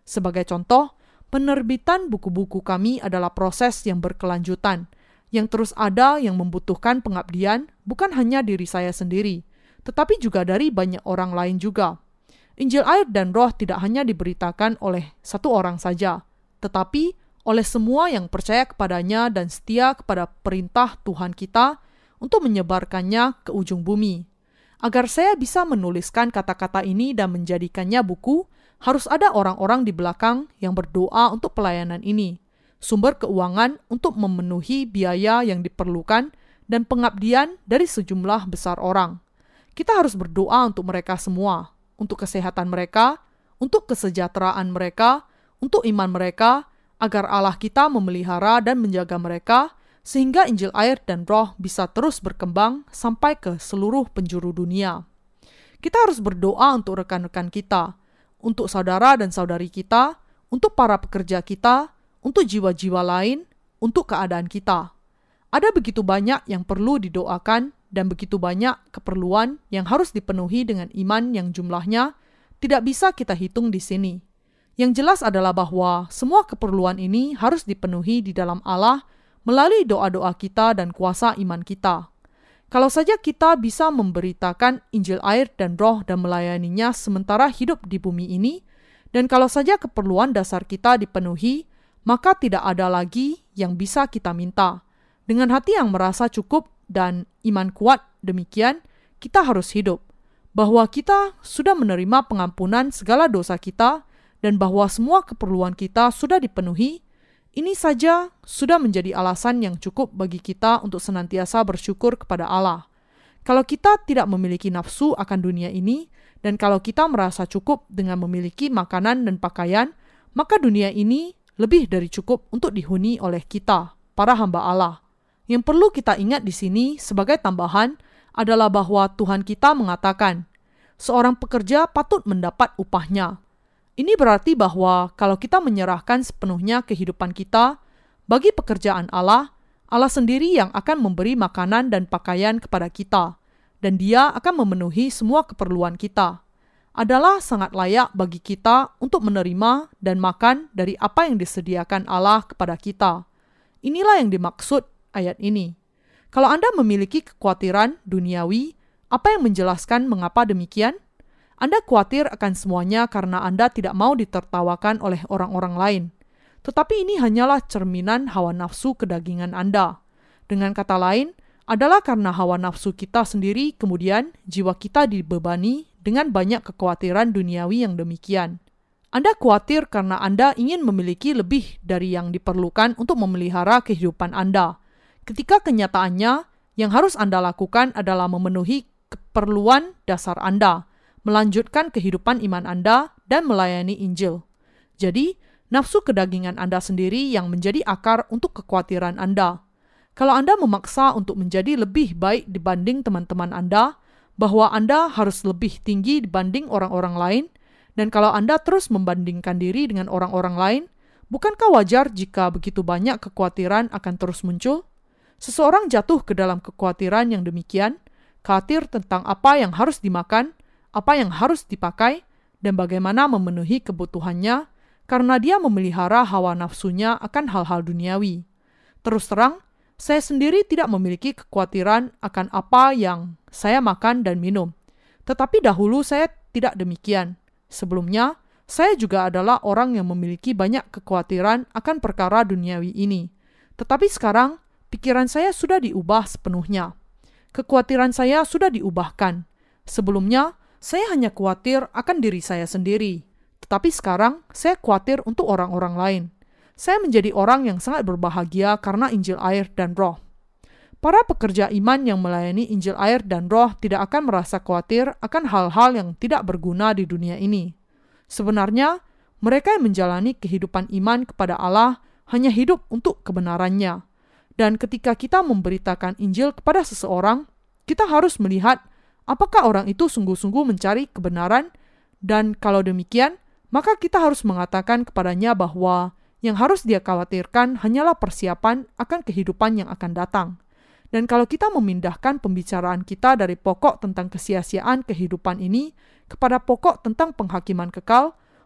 Sebagai contoh, penerbitan buku-buku kami adalah proses yang berkelanjutan, yang terus ada yang membutuhkan pengabdian bukan hanya diri saya sendiri, tetapi juga dari banyak orang lain juga. Injil air dan roh tidak hanya diberitakan oleh satu orang saja, tetapi oleh semua yang percaya kepadanya dan setia kepada perintah Tuhan kita untuk menyebarkannya ke ujung bumi. Agar saya bisa menuliskan kata-kata ini dan menjadikannya buku, harus ada orang-orang di belakang yang berdoa untuk pelayanan ini, sumber keuangan untuk memenuhi biaya yang diperlukan, dan pengabdian dari sejumlah besar orang. Kita harus berdoa untuk mereka semua, untuk kesehatan mereka, untuk kesejahteraan mereka, untuk iman mereka, agar Allah kita memelihara dan menjaga mereka, sehingga Injil air dan roh bisa terus berkembang sampai ke seluruh penjuru dunia. Kita harus berdoa untuk rekan-rekan kita, untuk saudara dan saudari kita, untuk para pekerja kita, untuk jiwa-jiwa lain, untuk keadaan kita. Ada begitu banyak yang perlu didoakan dan begitu banyak keperluan yang harus dipenuhi dengan iman yang jumlahnya tidak bisa kita hitung di sini. Yang jelas adalah bahwa semua keperluan ini harus dipenuhi di dalam Allah melalui doa-doa kita dan kuasa iman kita. Kalau saja kita bisa memberitakan Injil air dan roh dan melayaninya sementara hidup di bumi ini, dan kalau saja keperluan dasar kita dipenuhi, maka tidak ada lagi yang bisa kita minta. Dengan hati yang merasa cukup dan iman kuat demikian, kita harus hidup. Bahwa kita sudah menerima pengampunan segala dosa kita, dan bahwa semua keperluan kita sudah dipenuhi, ini saja sudah menjadi alasan yang cukup bagi kita untuk senantiasa bersyukur kepada Allah. Kalau kita tidak memiliki nafsu akan dunia ini, dan kalau kita merasa cukup dengan memiliki makanan dan pakaian, maka dunia ini lebih dari cukup untuk dihuni oleh kita, para hamba Allah. Yang perlu kita ingat di sini sebagai tambahan adalah bahwa Tuhan kita mengatakan, seorang pekerja patut mendapat upahnya. Ini berarti bahwa kalau kita menyerahkan sepenuhnya kehidupan kita bagi pekerjaan Allah, Allah sendiri yang akan memberi makanan dan pakaian kepada kita, dan Dia akan memenuhi semua keperluan kita. Adalah sangat layak bagi kita untuk menerima dan makan dari apa yang disediakan Allah kepada kita. Inilah yang dimaksud ayat ini. Kalau Anda memiliki kekhawatiran duniawi, apa yang menjelaskan mengapa demikian? Anda khawatir akan semuanya karena Anda tidak mau ditertawakan oleh orang-orang lain. Tetapi ini hanyalah cerminan hawa nafsu kedagingan Anda. Dengan kata lain, adalah karena hawa nafsu kita sendiri kemudian jiwa kita dibebani dengan banyak kekhawatiran duniawi yang demikian. Anda khawatir karena Anda ingin memiliki lebih dari yang diperlukan untuk memelihara kehidupan Anda. Ketika kenyataannya, yang harus Anda lakukan adalah memenuhi keperluan dasar Anda, melanjutkan kehidupan iman Anda, dan melayani Injil. Jadi, nafsu kedagingan Anda sendiri yang menjadi akar untuk kekhawatiran Anda. Kalau Anda memaksa untuk menjadi lebih baik dibanding teman-teman Anda, bahwa Anda harus lebih tinggi dibanding orang-orang lain, dan kalau Anda terus membandingkan diri dengan orang-orang lain, bukankah wajar jika begitu banyak kekhawatiran akan terus muncul? Seseorang jatuh ke dalam kekhawatiran yang demikian, khawatir tentang apa yang harus dimakan, apa yang harus dipakai, dan bagaimana memenuhi kebutuhannya, karena dia memelihara hawa nafsunya akan hal-hal duniawi. Terus terang, saya sendiri tidak memiliki kekhawatiran akan apa yang saya makan dan minum. Tetapi dahulu saya tidak demikian. Sebelumnya, saya juga adalah orang yang memiliki banyak kekhawatiran akan perkara duniawi ini. Tetapi sekarang, pikiran saya sudah diubah sepenuhnya. Kekhawatiran saya sudah diubahkan. Sebelumnya, saya hanya khawatir akan diri saya sendiri. Tetapi sekarang, saya khawatir untuk orang-orang lain. Saya menjadi orang yang sangat berbahagia karena Injil air dan roh. Para pekerja iman yang melayani Injil air dan roh tidak akan merasa khawatir akan hal-hal yang tidak berguna di dunia ini. Sebenarnya, mereka yang menjalani kehidupan iman kepada Allah hanya hidup untuk kebenarannya. Dan ketika kita memberitakan Injil kepada seseorang, kita harus melihat apakah orang itu sungguh-sungguh mencari kebenaran, dan kalau demikian, maka kita harus mengatakan kepadanya bahwa yang harus dia khawatirkan hanyalah persiapan akan kehidupan yang akan datang. Dan kalau kita memindahkan pembicaraan kita dari pokok tentang kesia-siaan kehidupan ini kepada pokok tentang penghakiman kekal,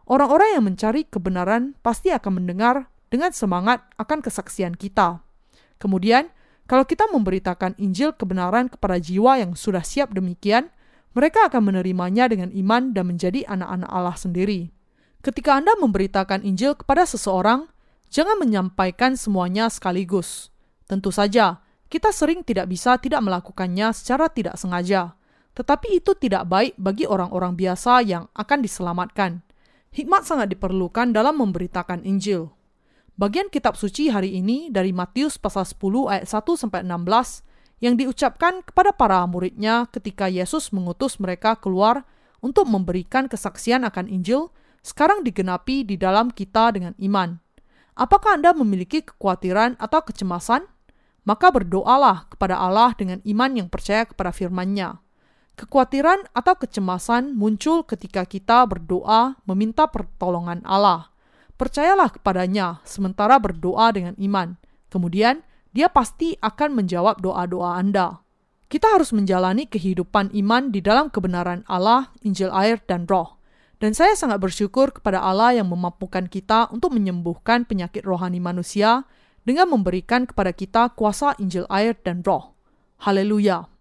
Orang-orang yang mencari kebenaran pasti akan mendengar dengan semangat akan kesaksian kita. Kemudian, kalau kita memberitakan Injil kebenaran kepada jiwa yang sudah siap demikian, mereka akan menerimanya dengan iman dan menjadi anak-anak Allah sendiri. Ketika Anda memberitakan Injil kepada seseorang, jangan menyampaikan semuanya sekaligus. Tentu saja, kita sering tidak bisa tidak melakukannya secara tidak sengaja. Tetapi itu tidak baik bagi orang-orang biasa yang akan diselamatkan. Hikmat sangat diperlukan dalam memberitakan Injil. Bagian kitab suci hari ini dari Matius pasal sepuluh ayat satu sampai enam belas yang diucapkan kepada para muridnya ketika Yesus mengutus mereka keluar untuk memberikan kesaksian akan Injil, sekarang digenapi di dalam kita dengan iman. Apakah Anda memiliki kekhawatiran atau kecemasan? Maka berdoalah kepada Allah dengan iman yang percaya kepada firman-Nya. Kekhawatiran atau kecemasan muncul ketika kita berdoa meminta pertolongan Allah. Percayalah kepadanya sementara berdoa dengan iman. Kemudian, dia pasti akan menjawab doa-doa Anda. Kita harus menjalani kehidupan iman di dalam kebenaran Allah, Injil air, dan Roh. Dan saya sangat bersyukur kepada Allah yang memampukan kita untuk menyembuhkan penyakit rohani manusia dengan memberikan kepada kita kuasa Injil air dan Roh. Haleluya!